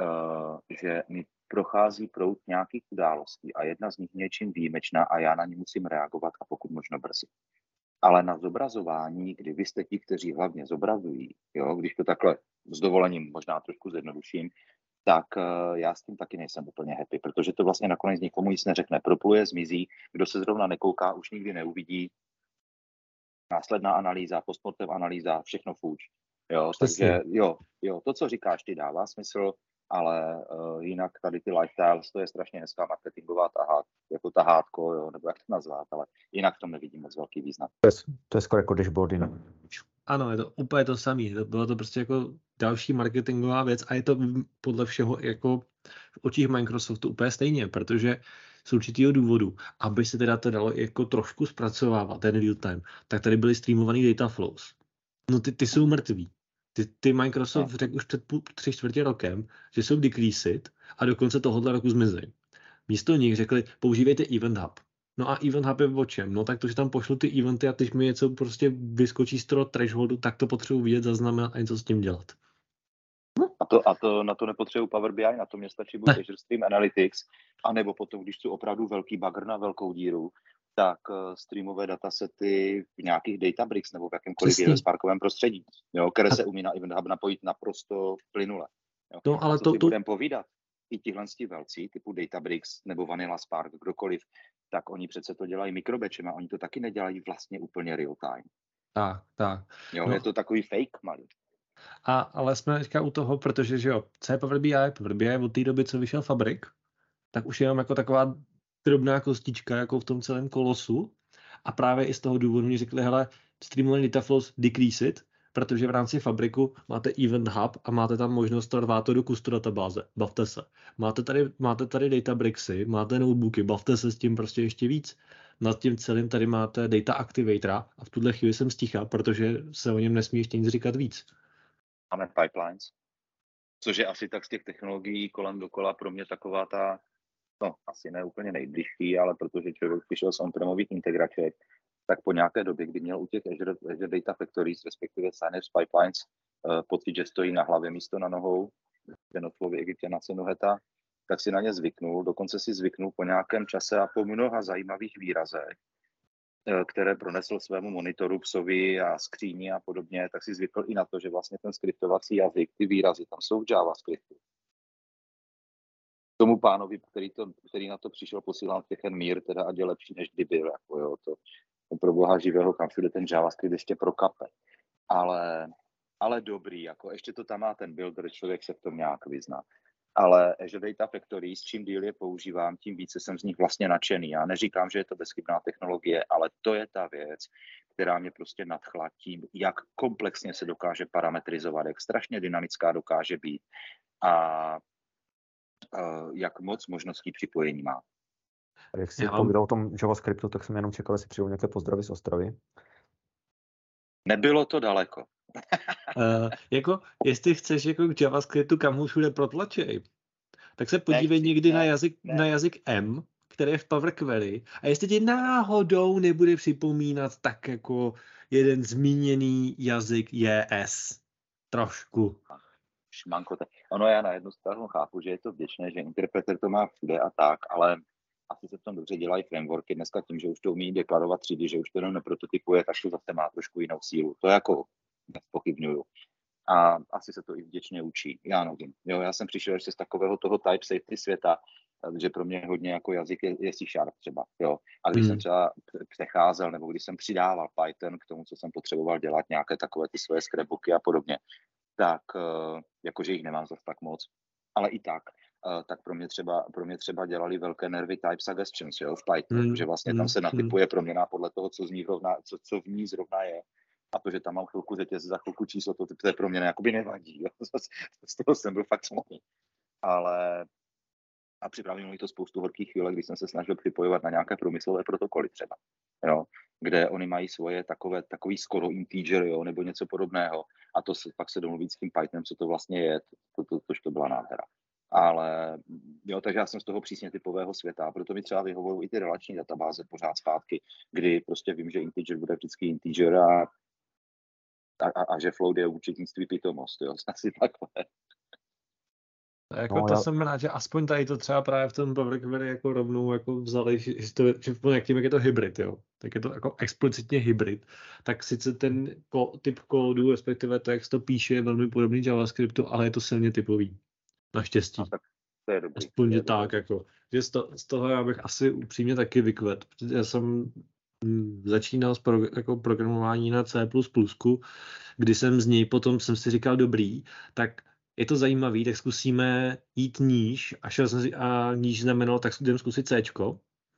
že mi prochází proud nějakých událostí a jedna z nich něčím výjimečná a já na ní musím reagovat a pokud možno brzy. Ale na zobrazování, kdy vy jste ti, kteří hlavně zobrazují, jo, když to takhle s dovolením možná trošku zjednoduším, tak já s tím taky nejsem úplně happy, protože to vlastně nakonec nikomu nic neřekne. Propluje, zmizí, kdo se zrovna nekouká, už nikdy neuvidí. Následná analýza, postmortem analýza, všechno fuč. Jo, takže jo, to, co říkáš, ty dává smysl, ale jinak tady ty lifestyles, to je strašně hezká marketingová tahátko, jo, nebo jak to nazvat, ale jinak v tom nevidím moc velký význam. To je skoro jako dashboardy. Ano, je to úplně to samé. Bylo to prostě jako další marketingová věc a je to podle všeho jako v očích Microsoftu úplně stejně, protože z určitého důvodu, aby se teda to dalo jako trošku zpracovávat, ten real time, tak tady byly streamovaný data flows. No ty jsou mrtví. Ty Microsoft řekl už před 3/4 rokem, že jsou decreased a do konce tohohle roku zmizí. Místo nich řekli, používejte Event Hub. No a Event Hub je o čem? No tak to, že tam pošlu ty eventy a když mi něco prostě vyskočí z toho thresholdu, tak to potřebuji vidět, zaznamenat a něco s tím dělat. A to na to nepotřebuji Power BI, na to mě stačí buď Azure Stream Analytics, anebo potom, když jsou opravdu velký bugger na velkou díru, tak streamové datasety v nějakých Databricks nebo v jakémkoliv Sparkovém prostředí, jo, které se umí na Event Hub napojit naprosto plynule. Jo. No, ale co si budeme povídat? I tihle velcí typu Databricks nebo Vanilla Spark, kdokoliv, tak oni přece to dělají mikrobatchem a oni to taky nedělají vlastně úplně real time. Tak. Jo, no. Je to takový fake malý. Ale jsme teďka u toho, protože že jo, co je Power BI od té doby, co vyšel Fabric, tak už je jenom jako taková drobná kostička jako v tom celém kolosu a právě i z toho důvodu mi řekli, hele, streamovaný data flows decreased protože v rámci Fabriku máte Event Hub a máte tam možnost rvát to do Custo databáze. Bavte se. Máte tady Databricksy, máte notebooky, bavte se s tím prostě ještě víc. Nad tím celým tady máte Data Activatora a v tuhle chvíli jsem sticha, protože se o něm nesmí ještě nic říkat víc. Máme pipelines, což je asi tak z těch technologií kolem dokola pro mě taková ta, no asi ne úplně nejbližší, ale protože člověk přišel z on-premových integraček, tak po nějaké době, kdy měl u těch Azure Data Factories, respektive Synapse Pipelines, pocit, že stojí na hlavě místo na nohou, Tenoflovi Egyptěna Nuheta, tak si na ně zvyknul, dokonce si zvyknul po nějakém čase a po mnoha zajímavých výrazech, které pronesl svému monitoru, psovi a skříni a podobně, tak si zvykl i na to, že vlastně ten skriptovací jazyk, ty výrazy tam jsou v JavaScriptu. Tomu pánovi, který na to přišel, posílám všechen mír, teda ať je lepší, než kdy byl. Jako jo, to pro boha živého, kam všude ten JavaScript ještě prokape. Ale dobrý, jako ještě to tam má ten builder, člověk se v tom nějak vyzná. Ale Azure Data Factory, s čím díl je používám, tím více jsem z nich vlastně nadšený. Já neříkám, že je to bezchybná technologie, ale to je ta věc, která mě prostě nadchla tím, jak komplexně se dokáže parametrizovat, jak strašně dynamická dokáže být a jak moc možností připojení má. Jak jsi povídal o tom JavaScriptu, tak jsem jenom čekal, jestli přijdu nějaké pozdravy z Ostravy. Nebylo to daleko. Jako, jestli chceš jako k JavaScriptu, kam ho všude protlačej, tak se podívej někdy na jazyk M, který je v Power Query, a jestli ti náhodou nebude připomínat tak jako jeden zmíněný jazyk JS. Trošku. Šmankote. Ono, já na jednu stranu chápu, že je to vděčné, že interpreter to má všude a tak, ale asi se v tom dobře dělají frameworky. Dneska tím, že už to umí deklarovat třídy, že už to jenom neprototypuje, tak to zase má trošku jinou sílu. To jako nespochybňuju. A asi se to i vděčně učí. Já nevím. Jo, já jsem přišel ještě z takového toho type safety světa, že pro mě hodně jako jazyk je C# třeba. Jo. A když jsem třeba přecházel, nebo když jsem přidával Python k tomu, co jsem potřeboval dělat, nějaké takové ty svoje scrapbooky a podobně, tak jakože jich nemám zase tak moc. Ale i tak pro mě třeba dělali velké nervy type suggestions, jo, v Pythonu, že vlastně tam se natypuje proměna podle toho, co v ní zrovna je. A to, že tam mám chvilku řetěz, za chvilku číslo, to je pro mě jakoby nevadí. Jo. Z toho jsem byl fakt smutný. A připravilo mi to spoustu horkých chvílek, když jsem se snažil připojovat na nějaké průmyslové protokoly třeba, jo, kde oni mají svoje takový skoro integer, jo, nebo něco podobného. A to pak se domluví s tím Pythonem, co to vlastně je, to byla nádhera. Ale jo, takže já jsem z toho přísně typového světa, proto mi třeba vyhovují i ty relační databáze pořád zpátky, kdy prostě vím, že integer bude vždycky integer a že float je účetnictví pitomost, jo, asi takhle. Jako to jsem rád, že aspoň tady to třeba právě v tom Power Query jako rovnou jako vzali, že jak je to hybrid, jo, tak je to jako explicitně hybrid, tak sice ten typ kódu, respektive text to píše velmi podobný JavaScriptu, ale je to silně typový. Naštěstí. To je dobrý. Aspoň je tak, jako, že z toho já bych asi upřímně taky vykvet, protože já jsem začínal s programování na C++, kdy jsem z něj potom jsem si říkal dobrý, tak je to zajímavý, tak zkusíme jít níž a šel jsem si a níž znamenalo, tak jdem zkusit Cčko.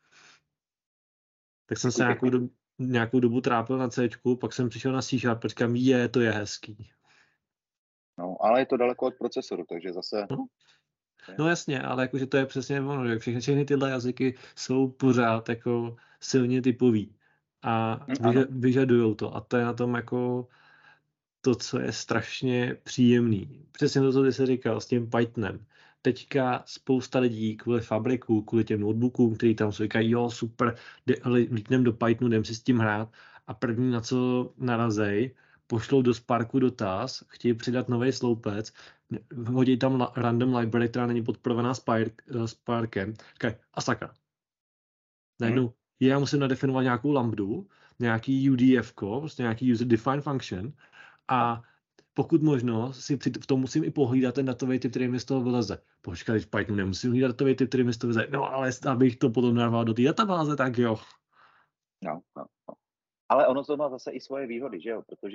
Tak jsem se nějakou dobu trápil na Cčku, pak jsem přišel na C#, říkám, to je hezký. No, ale je to daleko od procesoru, takže zase... No jasně, ale jakože to je přesně ono, že všechny tyhle jazyky jsou pořád jako silně typový a vyžadujou to a to je na tom jako to, co je strašně příjemný. Přesně to, co ty jsi říkal s tím Pythonem. Teďka spousta lidí kvůli Fabriku, kvůli těm notebookům, který tam jsou, říkají, jo, super, lítnem do Pythonu, jdem si s tím hrát a první, na co narazej, pošlou do Sparku dotaz, chtějí přidat nový sloupec, hodí tam random library, která není podporovaná Sparkem, říkají, a sakra. Najednou já musím nadefinovat nějakou lambdu, nějaký UDF-ko, prostě nějaký user defined function, a pokud možno si v tom musím i pohlídat ten datový typ, který mi z toho vyleze. Počkej, v Pythonu nemusím hlídat datový typ, který mi z toho vyleze. No ale abych to potom narval do té databáze, tak jo. No. Ale ono to má zase i svoje výhody, že jo? Protože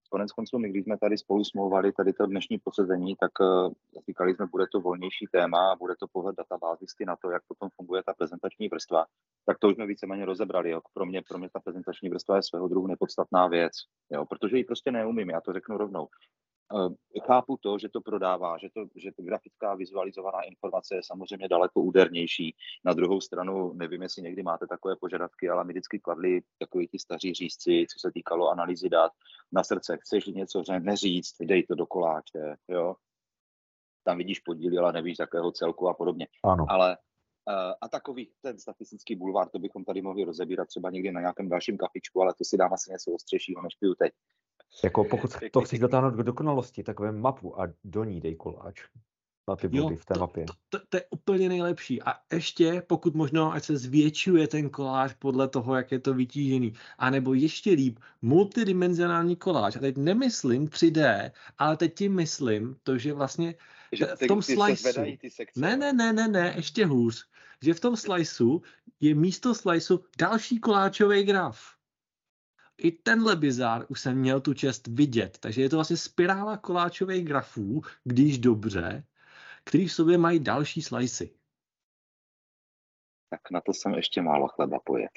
Konec konců, my když jsme tady spolu smlouvali tady to dnešní posezení, tak říkali jsme, bude to volnější téma, bude to pohled databázisty na to, jak potom funguje ta prezentační vrstva. Tak to už jsme víceméně rozebrali. Jo. Pro mě ta prezentační vrstva je svého druhu nepodstatná věc, jo, protože ji prostě neumím, já to řeknu rovnou. Chápu to, že to prodává, že to grafická vizualizovaná informace je samozřejmě daleko údernější. Na druhou stranu, nevím, jestli někdy máte takové požadavky, ale my vždycky kladli takový ti staří řízci, co se týkalo analýzy dat, na srdce. Chceš něco neříct, dej to do koláče, jo. Tam vidíš podíly, ale nevíš, z jakého celku a podobně. Ano. Ale a takový ten statistický bulvár, to bychom tady mohli rozebírat třeba někdy na nějakém dalším kafičku, ale to si dám asi něco ostřejšího, než piju teď. Jako pokud to chceš dotáhnout k dokonalosti, tak vem mapu a do ní dej koláč. Na ty body v té mapě. To je úplně nejlepší. A ještě, pokud možno, ať se zvětšuje ten koláč podle toho, jak je to vytížený. A nebo ještě líp, multidimenzionální koláč. A teď nemyslím 3D, ale teď tím myslím to, že vlastně v tom sliceu... Ne, ještě hůř. Že v tom sliceu je místo sliceu další koláčový graf. I tenhle bizár už jsem měl tu čest vidět. Takže je to vlastně spirála koláčových grafů, když dobře, který v sobě mají další slicy. Tak na to jsem ještě málo chleba pojet.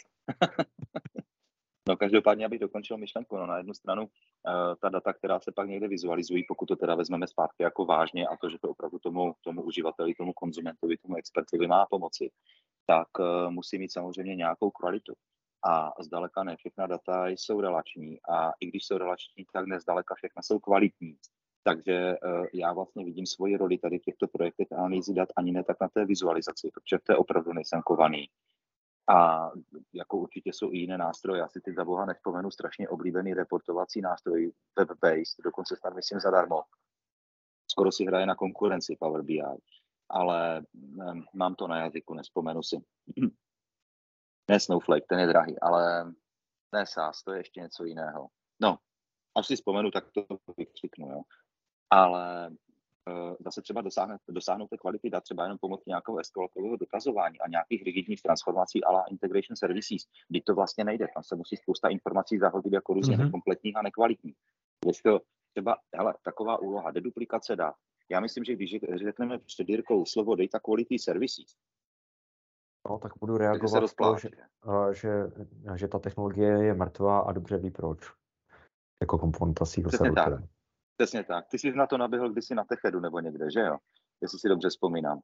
No každopádně, abych dokončil myšlenku, no na jednu stranu ta data, která se pak někde vizualizují, pokud to teda vezmeme zpátky jako vážně a to, že to opravdu tomu uživateli, tomu konzumentovi, tomu expertovi má pomoci, tak musí mít samozřejmě nějakou kvalitu. A zdaleka ne všechna data jsou relační a i když jsou relační, tak nezdaleka všechna jsou kvalitní. Takže já vlastně vidím svoji roli tady v těchto projektech analýzy dat ani ne tak na té vizualizaci, protože v té opravdu nejsem kovaný. A jako určitě jsou i jiné nástroje, já si ty za boha nevzpomenu, strašně oblíbený reportovací nástroj, web-based, dokonce snad myslím zadarmo. Skoro si hraje na konkurenci Power BI, ale mám to na jazyku, nevzpomenu si. Ne Snowflake, ten je drahý, ale ne SAS, to je ještě něco jiného. No, až si vzpomenu, tak to vykřiknu, jo. Ale zase třeba dosáhnout té kvality dat třeba jenom pomocí nějakého SQL dokazování a nějakých rigidních transformací a la integration services, když to vlastně nejde, tam se musí spousta informací zahodit jako různě nekompletních a nekvalitních. Když to třeba, hele, taková úloha, deduplikace dat. Já myslím, že když řekneme před Jirkou slovo data quality services, no, tak budu reagovat to, že ta technologie je mrtvá a dobře ví proč. Jako komponenta svého servera. Přesně tak. Ty jsi na to naběhl kdysi na Techedu nebo někde, že jo? Jestli si dobře vzpomínám.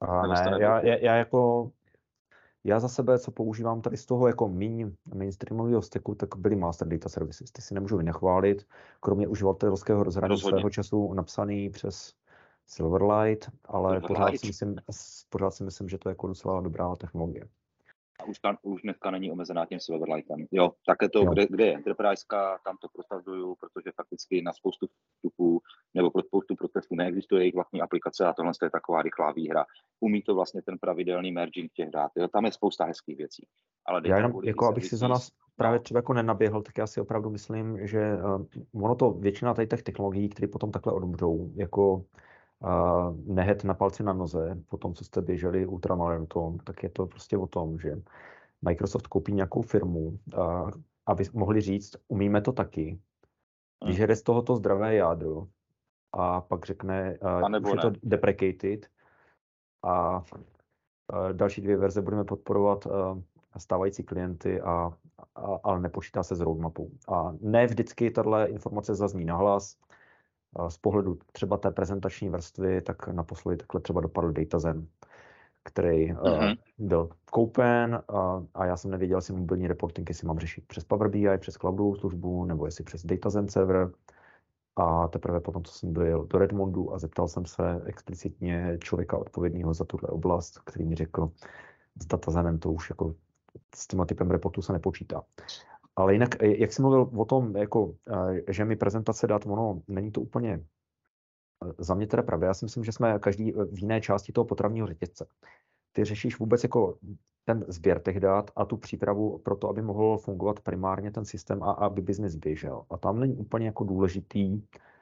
Já za sebe, co používám tady z toho jako mainstreamového stacku, tak byly master data services. Ty si nemůžu vynechválit, kromě uživatelského rozhraní svého času napsaný přes Silverlight, ale pořád si myslím, že to je jako docela dobrá technologie. A už dneska není omezená tím Silverlightem. Jo, také to, kde je Enterpriseka, tam to prosazuju, protože fakticky na spoustu vstupů nebo pro spoustu procesů neexistuje jejich vlastní aplikace a tohle je taková rychlá výhra. Umí to vlastně ten pravidelný merging těch dát. Jo, tam je spousta hezkých věcí. Ale já jenom, jako abych si za nás právě třeba jako nenaběhl, tak já si opravdu myslím, že ono to většina těch technologií, které potom takhle odumřou, jako nehet na palci na noze, po tom, co jste běželi ultramaraton, tak je to prostě o tom, že Microsoft koupí nějakou firmu, aby mohli říct, umíme to taky, vyžere z tohoto zdravé jádro a pak řekne, už je to deprecated a další 2 verze budeme podporovat stávající klienty, ale nepočítá se s roadmapou. A ne vždycky tato informace zazní nahlas. Z pohledu třeba té prezentační vrstvy, tak naposledy takhle třeba dopadl DataZen, který byl koupen a já jsem nevěděl, jestli mobilní reporting, jestli mám řešit přes Power BI, přes cloudovou službu, nebo jestli přes DataZen server. A teprve potom, co jsem dojel do Redmondu a zeptal jsem se explicitně člověka odpovědného za tuhle oblast, který mi řekl, s DataZenem to už jako s tím typem reportu se nepočítá. Ale jinak, jak jsi mluvil o tom, jako, že mi prezentace dát, ono není to úplně za mě teda pravda. Já si myslím, že jsme každý v jiné části toho potravního řetězce. Ty řešíš vůbec jako ten sběr těch dat a tu přípravu pro to, aby mohl fungovat primárně ten systém a aby biznis běžel. A tam není úplně jako důležitý,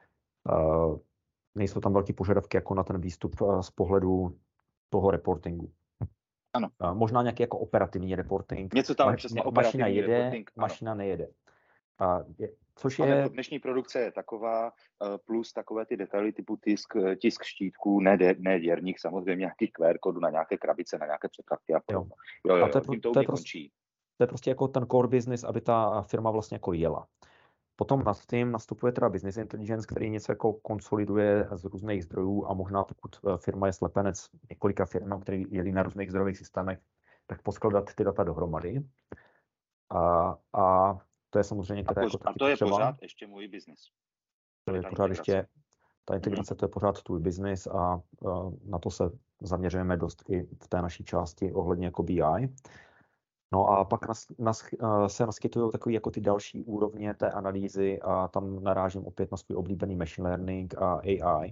nejsou tam velké požadavky jako na ten výstup z pohledu toho reportingu. Ano. Možná nějaký jako operativní reporting. Něco tam přesně mašina jede, reporting, mašina nejede. Což Ale je... dnešní produkce je taková, plus takové ty detaily typu tisk štítků, ne děrník, samozřejmě nějakých QR kódů na nějaké krabice, na nějaké přepravky a podobně. Jo, tím to u mě končí. To je prostě jako ten core business, aby ta firma vlastně jako jela. Potom nad tím nastupuje teda business intelligence, který něco jako konsoliduje z různých zdrojů a možná pokud firma je slepenec několika firm, který jeli na různých zdrojových systémech, tak poskladat ty data dohromady. A to je samozřejmě teda jako taky to je potřeba. Pořád ještě můj business. To je pořád ještě, ta integrace, to je pořád tvůj business a na to se zaměřujeme dost i v té naší části ohledně jako BI. No a pak se naskytují takové jako ty další úrovně té analýzy a tam narážím opět na svůj oblíbený machine learning a AI.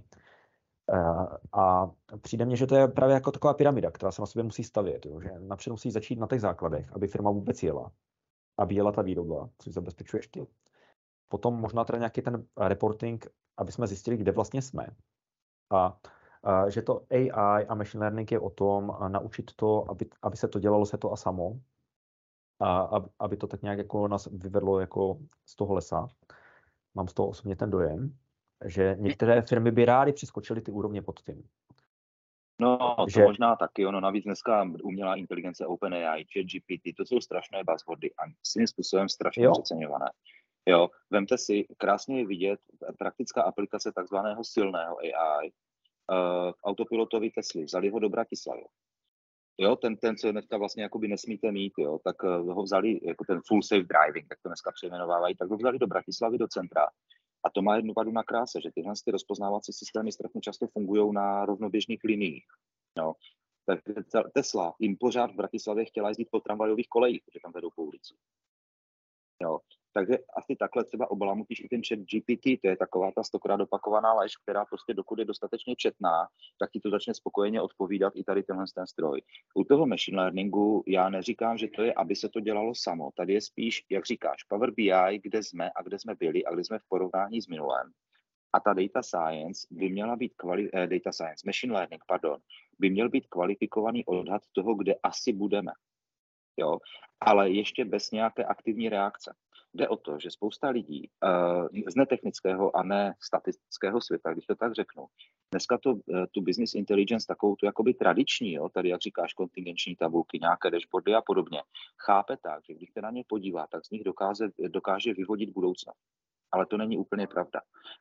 A přijde mně, že to je právě jako taková pyramida, která se na sobě musí stavět, jo? Že napřed musí začít na těch základech, aby firma vůbec jela, aby jela ta výroba, což zabezpečuješ ty. Potom možná teda nějaký ten reporting, aby jsme zjistili, kde vlastně jsme. A že to AI a machine learning je o tom naučit to, aby se to dělalo se to a samo, a aby to tak nějak jako nás vyvedlo jako z toho lesa. Mám z toho osobně ten dojem, že některé firmy by rády přeskočily ty úrovně pod tím. No, to možná taky, navíc dneska umělá inteligence, OpenAI, ChatGPT, to jsou strašné buzzwordy a svým způsobem strašně přeceňované. Jo, vemte si, krásně je vidět praktická aplikace takzvaného silného AI v autopilotovi Tesly, vzali ho do Bratislavy. Jo, ten, co dneska vlastně jakoby nesmíte mít, jo, tak ho vzali, jako ten full safe driving, tak to dneska přejmenovávají, tak ho vzali do Bratislavy, do centra. A to má jednu vadu na kráse, že tyhle ty rozpoznávací systémy strašně často fungují na rovnoběžných liniích. Jo. Takže Tesla jim pořád v Bratislavě chtěla jezdit po tramvajových kolejích, protože tam vedou po ulici. Jo. Takže asi takhle třeba obalamutíš i ten chat GPT, to je taková ta 100krát opakovaná lež, která prostě dokud je dostatečně četná, tak ti to začne spokojeně odpovídat i tady tenhle ten stroj. U toho machine learningu já neříkám, že to je, aby se to dělalo samo. Tady je spíš, jak říkáš, Power BI, kde jsme a kde jsme byli a kde jsme v porovnání s minulém. A ta data science by měla být machine learning, by měl být kvalifikovaný odhad toho, kde asi budeme. Jo, ale ještě bez nějaké aktivní reakce. Jde o to, že spousta lidí z netechnického a ne statistického světa, když to tak řeknu, dneska tu business intelligence, takovou tu jakoby tradiční, jo, tady jak říkáš, kontingenční tabulky, nějaké dashboardy a podobně, chápe tak, že když se na ně podívá, tak z nich dokáže vyvodit budoucnost. Ale to není úplně pravda.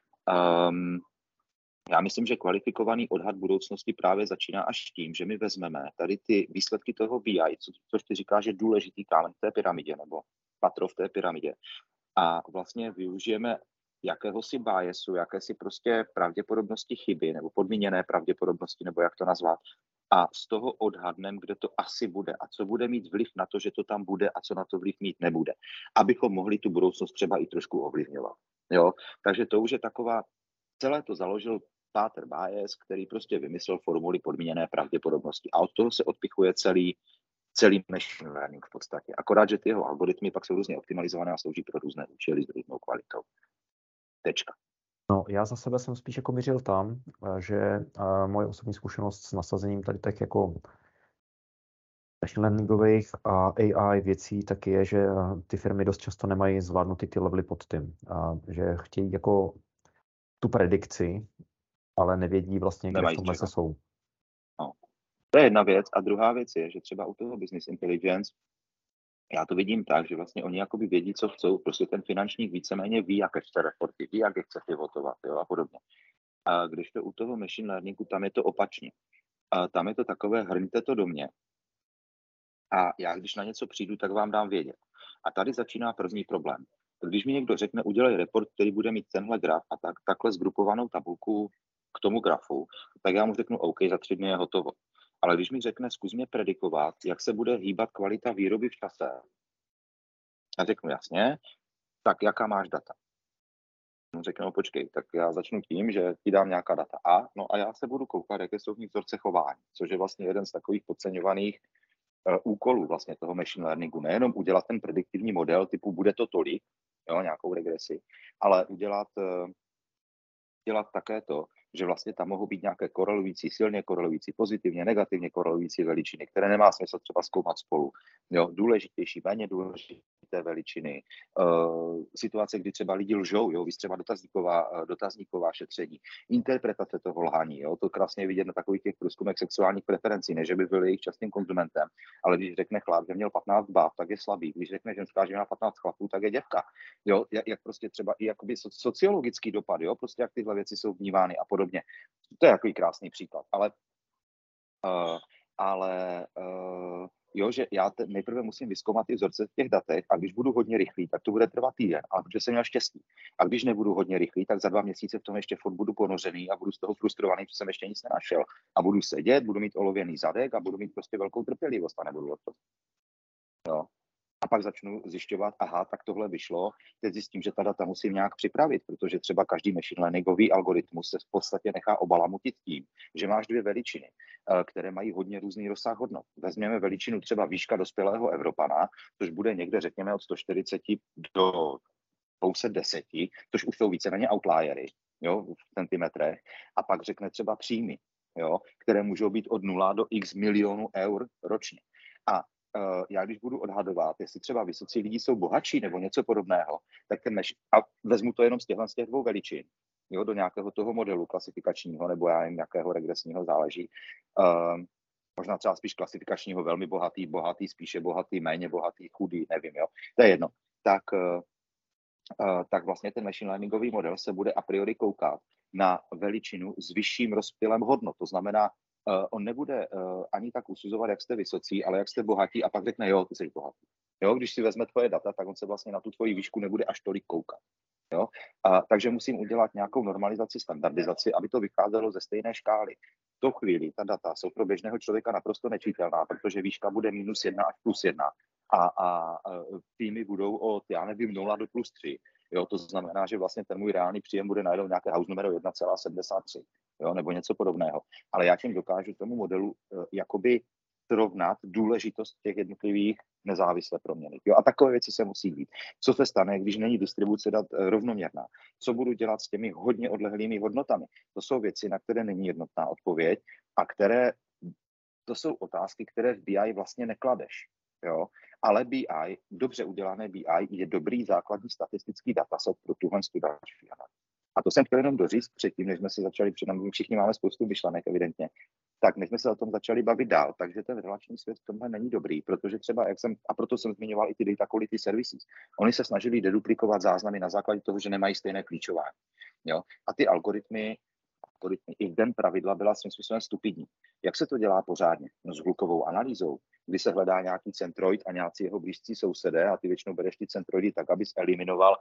Já myslím, že kvalifikovaný odhad budoucnosti právě začíná až tím, že my vezmeme tady ty výsledky toho BI, což ty říkáš, že důležitý kámen v té pyramidě nebo patro v té pyramidě. A vlastně využijeme jakéhosi biasu, jakési prostě pravděpodobnosti chyby nebo podmíněné pravděpodobnosti, nebo jak to nazvat. A z toho odhadneme, kde to asi bude a co bude mít vliv na to, že to tam bude a co na to vliv mít nebude. Abychom mohli tu budoucnost třeba i trošku ovlivňovat. Jo? Takže to už je taková, celé to založil Pater Bayes, který prostě vymyslel formuli podmíněné pravděpodobnosti a od toho se odpichuje celý machine learning v podstatě. Akorát, že ty jeho algoritmy pak jsou různě optimalizované a slouží pro různé účely s různou kvalitou. Tečka. No, já za sebe jsem spíš jako mířil tam, že moje osobní zkušenost s nasazením tady tak jako machine learningových a AI věcí tak je, že ty firmy dost často nemají zvládnutý ty levely pod tím. Že chtějí jako tu predikci, ale nevědí vlastně, kde v tom lese jsou. No. To je jedna věc. A druhá věc je, že třeba u toho business intelligence já to vidím tak, že vlastně oni jakoby vědí, co chcou, prostě ten finančník víceméně ví, jaké chce reporty, ví, jak je chce pivotovat, jo, a podobně. A když to u toho machine learningu, tam je to opačně. A tam je to takové, hrňte to do mě a já když na něco přijdu, tak vám dám vědět. A tady začíná první problém. Když mi někdo řekne, udělej report, který bude mít tenhle graf a takhle zgrupovanou tabulku k tomu grafu, tak já mu řeknu, OK, za 3 dny je hotovo. Ale když mi řekne, zkus mě predikovat, jak se bude hýbat kvalita výroby v čase, a řeknu jasně, tak jaká máš data? Řeknu, počkej, tak já začnu tím, že ti dám nějaká data a já se budu koukat, jaké jsou v nich vzorce chování, což je vlastně jeden z takových podceňovaných úkolů vlastně toho machine learningu. Nejenom udělat ten prediktivní model typu bude to tolik, jo, nějakou regresi, ale dělat také to, že vlastně tam mohou být nějaké korelující, silně korelující, pozitivně, negativně korelující veličiny, které nemá smysl třeba zkoumat spolu. Jo, důležitější, méně důležité veličiny, situace, kdy třeba lidi lžou, jo, víš, třeba dotazníková šetření, interpretace toho lhaní, jo, to krásně vidět na takových těch průzkumech sexuálních preferencí, ne, že by byl jejich častým konzumentem, ale když řekne chlap, že měl 15 báb, tak je slabý, když řekne ženská, že měla 15 chlapů, tak je děvka, jo, jak prostě třeba i jakoby sociologický dopad, jo, prostě jak tyhle věci jsou vnímány a podobně. To je takový krásný příklad, ale jo, že já nejprve musím vyzkoumat ty vzorce v těch datech a když budu hodně rychlý, tak to bude trvat týden, ale protože jsem měl štěstí. A když nebudu hodně rychlý, tak za 2 měsíce v tom ještě furt budu ponořený a budu z toho frustrovaný, že jsem ještě nic nenašel. A budu sedět, budu mít olověný zadek a budu mít prostě velkou trpělivost a nebudu to. Jo. A pak začnu zjišťovat, aha, tak tohle vyšlo, teď zjistím, že ta data musím nějak připravit, protože třeba každý machine learningový algoritmus se v podstatě nechá obalamutit tím, že máš 2 veličiny, které mají hodně různý rozsah hodnot. Vezměme veličinu třeba výška dospělého Evropana, což bude někde, řekněme, od 140 do 210, což už jsou víceméně outliery, jo, v centimetrech, a pak řekne třeba příjmy, jo, které můžou být od 0 do x milionů eur ročně. A já když budu odhadovat, jestli třeba vysocí lidi jsou bohatší nebo něco podobného, tak a vezmu to jenom z těch 2 veličin, jo, do nějakého toho modelu klasifikačního nebo já nevím, nějakého regresního záleží, možná třeba spíš klasifikačního, velmi bohatý, spíše bohatý, méně bohatý, chudý, nevím, jo, to je jedno. Tak vlastně ten machine learningový model se bude a priori koukat na veličinu s vyšším rozptylem hodnot, to znamená, on nebude ani tak usuzovat, jak jste vysocí, ale jak jste bohatí a pak řekne, jo, ty jsi bohatý. Jo, když si vezme tvoje data, tak on se vlastně na tu tvoji výšku nebude až tolik koukat. Jo? Takže musím udělat nějakou normalizaci, standardizaci, aby to vycházelo ze stejné škály. V tu chvíli ta data jsou pro běžného člověka naprosto nečitelná, protože výška bude -1 až +1 a týmy budou od, já nevím, 0 do +3. Jo, to znamená, že vlastně ten můj reálný příjem bude najednou nějaké house numero 1,73, jo, nebo něco podobného. Ale já tím dokážu tomu modelu jakoby srovnat důležitost těch jednotlivých nezávislé proměny. Jo, a takové věci se musí dít. Co se stane, když není distribuce dat rovnoměrná? Co budu dělat s těmi hodně odlehlými hodnotami? To jsou věci, na které není jednotná odpověď a to jsou otázky, které v BI vlastně nekladeš. Jo? Ale BI, dobře udělané BI, je dobrý základní statistický dataset pro tuhle další analýzu. A to jsem chtěl jenom doříct předtím, než jsme se začali, my všichni máme spoustu myšlenek, evidentně, tak než jsme se o tom začali bavit dál, takže ten relační svět v tomhle není dobrý, protože třeba, a proto jsem zmiňoval i ty data quality services, oni se snažili deduplikovat záznamy na základě toho, že nemají stejné klíčování. Jo? A ty algoritmy, i v den pravidla byla svým způsobem stupidní. Jak se to dělá pořádně? No, s hlukovou analýzou, kdy se hledá nějaký centroid a nějací jeho blízcí sousedé a ty většinou bereš ty centroidy tak, abys eliminoval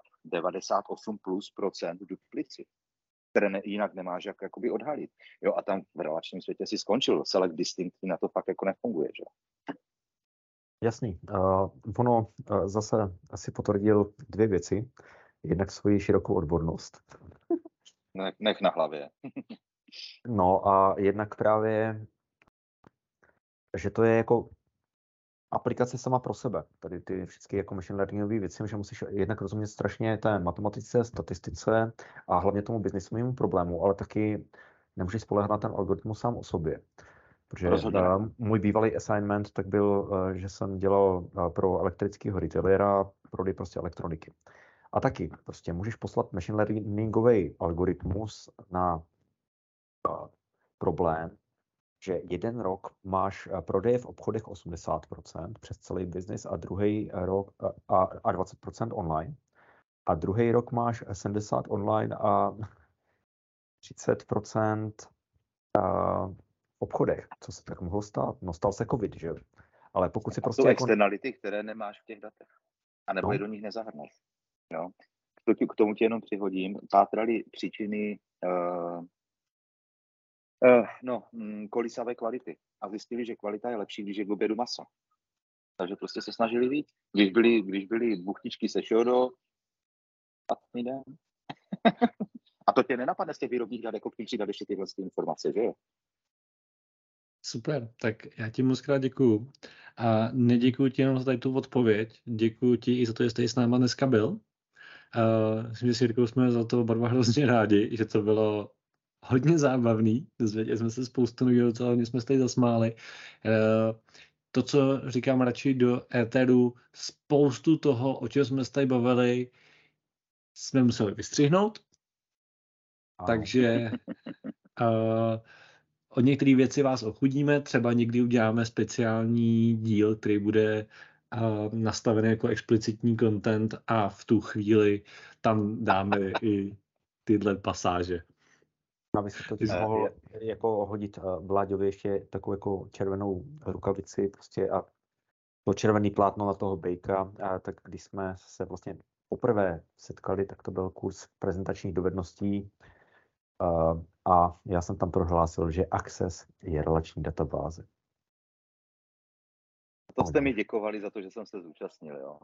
98% duplicit, které jinak nemáš jak jakoby odhalit. Jo, a tam v relačním světě si skončil. Select distinct na to fakt jako nefunguje, že? Jasný. Ono zase asi potvrdil 2 věci. Jednak svoji širokou odbornost. Nech na hlavě. No a jednak právě, že to je jako aplikace sama pro sebe. Tady ty všechny jako machine learningové věci, že musíš jednak rozumět strašně té matematice, statistice a hlavně tomu biznisovému problému, ale taky nemůžeš spoléhat na ten algoritmus sám o sobě. Protože můj bývalý assignment tak byl, že jsem dělal pro elektrického retailera prodej prostě elektroniky. A taky prostě můžeš poslat machine learningový algoritmus na problém, že jeden rok máš prodeje v obchodech 80% přes celý biznis a druhý rok a 20% online. A druhý rok máš 70% online a 30% v obchodech. Co se tak mohlo stát? No stal se covid, že jo? Ale pokud si prostě jsou externality, které nemáš v těch datech. A nebo je do nich nezahrneš. Jo? K tomu tě jenom přihodím. Pátrali příčiny kolísavé kvality. A zjistili, že kvalita je lepší, když je k obědu maso. Takže prostě se snažili víc. Když byly buchtičky se šodo, a to tě nenapadne z těch výrobních dat, jako k tím přidat ještě tyhle informace, že jo? Super, tak já ti moc krát děkuju. A neděkuju ti jenom za tady tu odpověď, děkuju ti i za to, že jsi s náma dneska byl. Myslím, že s Jirkou jsme za to oba hrozně rádi, že to bylo hodně zábavný, dozvěděli jsme se spoustu nového, co hodně jsme se tady zasmáli. To, co říkám radši do éteru, spoustu toho, o čem jsme se tady bavili, jsme museli vystřihnout, takže od některých věcí vás ochudíme, třeba někdy uděláme speciální díl, který bude nastavený jako explicitní content a v tu chvíli tam dáme i tyhle pasáže. Aby se to mohl jako hodit Vláďovi ještě takovou jako červenou rukavici prostě a to červený plátno na toho Bejka, tak když jsme se vlastně poprvé setkali, tak to byl kurz prezentačních dovedností a já jsem tam prohlásil, že Access je relační databáze. To jste mi děkovali za to, že jsem se zúčastnil, jo.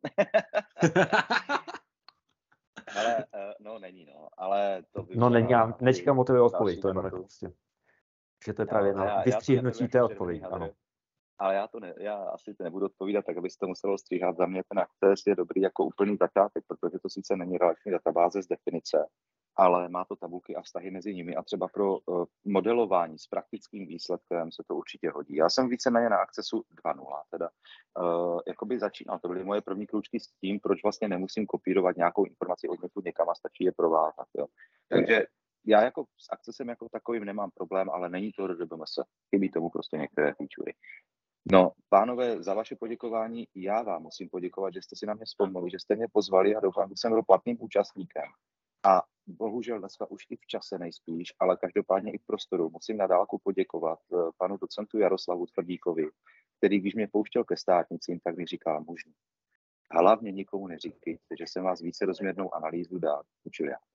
Ale, no není, no. Ale to by není, já nečekám o tebe odpověď, to je prostě. Že to je právě na vystříhnutí té odpovědi, ano. Ale já asi nebudu odpovídat, tak abyste muselo stříhat. Za mě ten Access je dobrý jako úplný začátek, protože to sice není relační databáze z definice, ale má to tabulky a vztahy mezi nimi a třeba pro modelování s praktickým výsledkem se to určitě hodí. Já jsem víceméně na Accessu 2.0 teda. Jakoby začínal, to byly moje první kručky s tím, proč vlastně nemusím kopírovat nějakou informaci od někud někam a stačí je provázat. Jo. Takže já jako s Accessem jako takovým nemám problém, ale není to RDBMS, chybí tomu prostě některé featurey. No, pánové, za vaše poděkování já vám musím poděkovat, že jste si na mě vzpomněli, že jste mě pozvali a doufám, že jsem byl platným účastníkem. A bohužel dneska už i v čase nejspíš, ale každopádně i v prostoru musím na dálku poděkovat panu docentu Jaroslavu Tvrdíkovi, který když mě pouštěl ke státnicím, tak mi říkal mužný. Hlavně nikomu neříkejte, že jsem vás více rozměrnou analýzu dál učil já.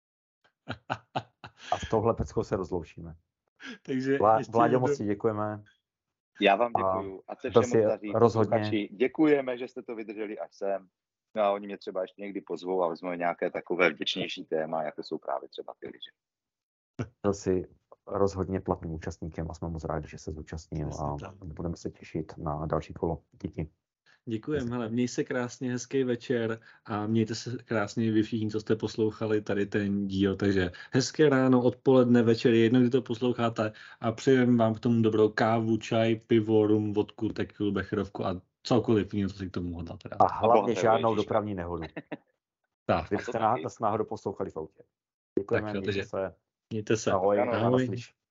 A s touhle peckou se rozloučíme. Takže Vláďo, moc si děkujeme. Já vám děkuju. A se všem daří. Rozhodně. Děkujeme, že jste to vydrželi až sem. No a oni mě třeba ještě někdy pozvou a vezmou nějaké takové vděčnější téma, jako jsou právě třeba ty lyže. Byl jsi rozhodně platným účastníkem a jsme moc rádi, že se zúčastnil a budeme se těšit na další kolo. Díky. Děkujeme, hele, měj se krásně, hezký večer a mějte se krásně vy všichni, co jste poslouchali tady ten díl, takže hezké ráno, odpoledne, večer, jedno, kdy to posloucháte a přejeme vám k tomu dobrou kávu, čaj, pivo, rum, vodku, tequilu, becherovku a cokoliv jiného, co si k tomu hodláte. A hlavně žádnou dopravní nehodu. Tak. Kdybyste nás náhodou poslouchali v autě. Děkujeme, tak, mějte se. Mějte se. Ahoj. Ahoj.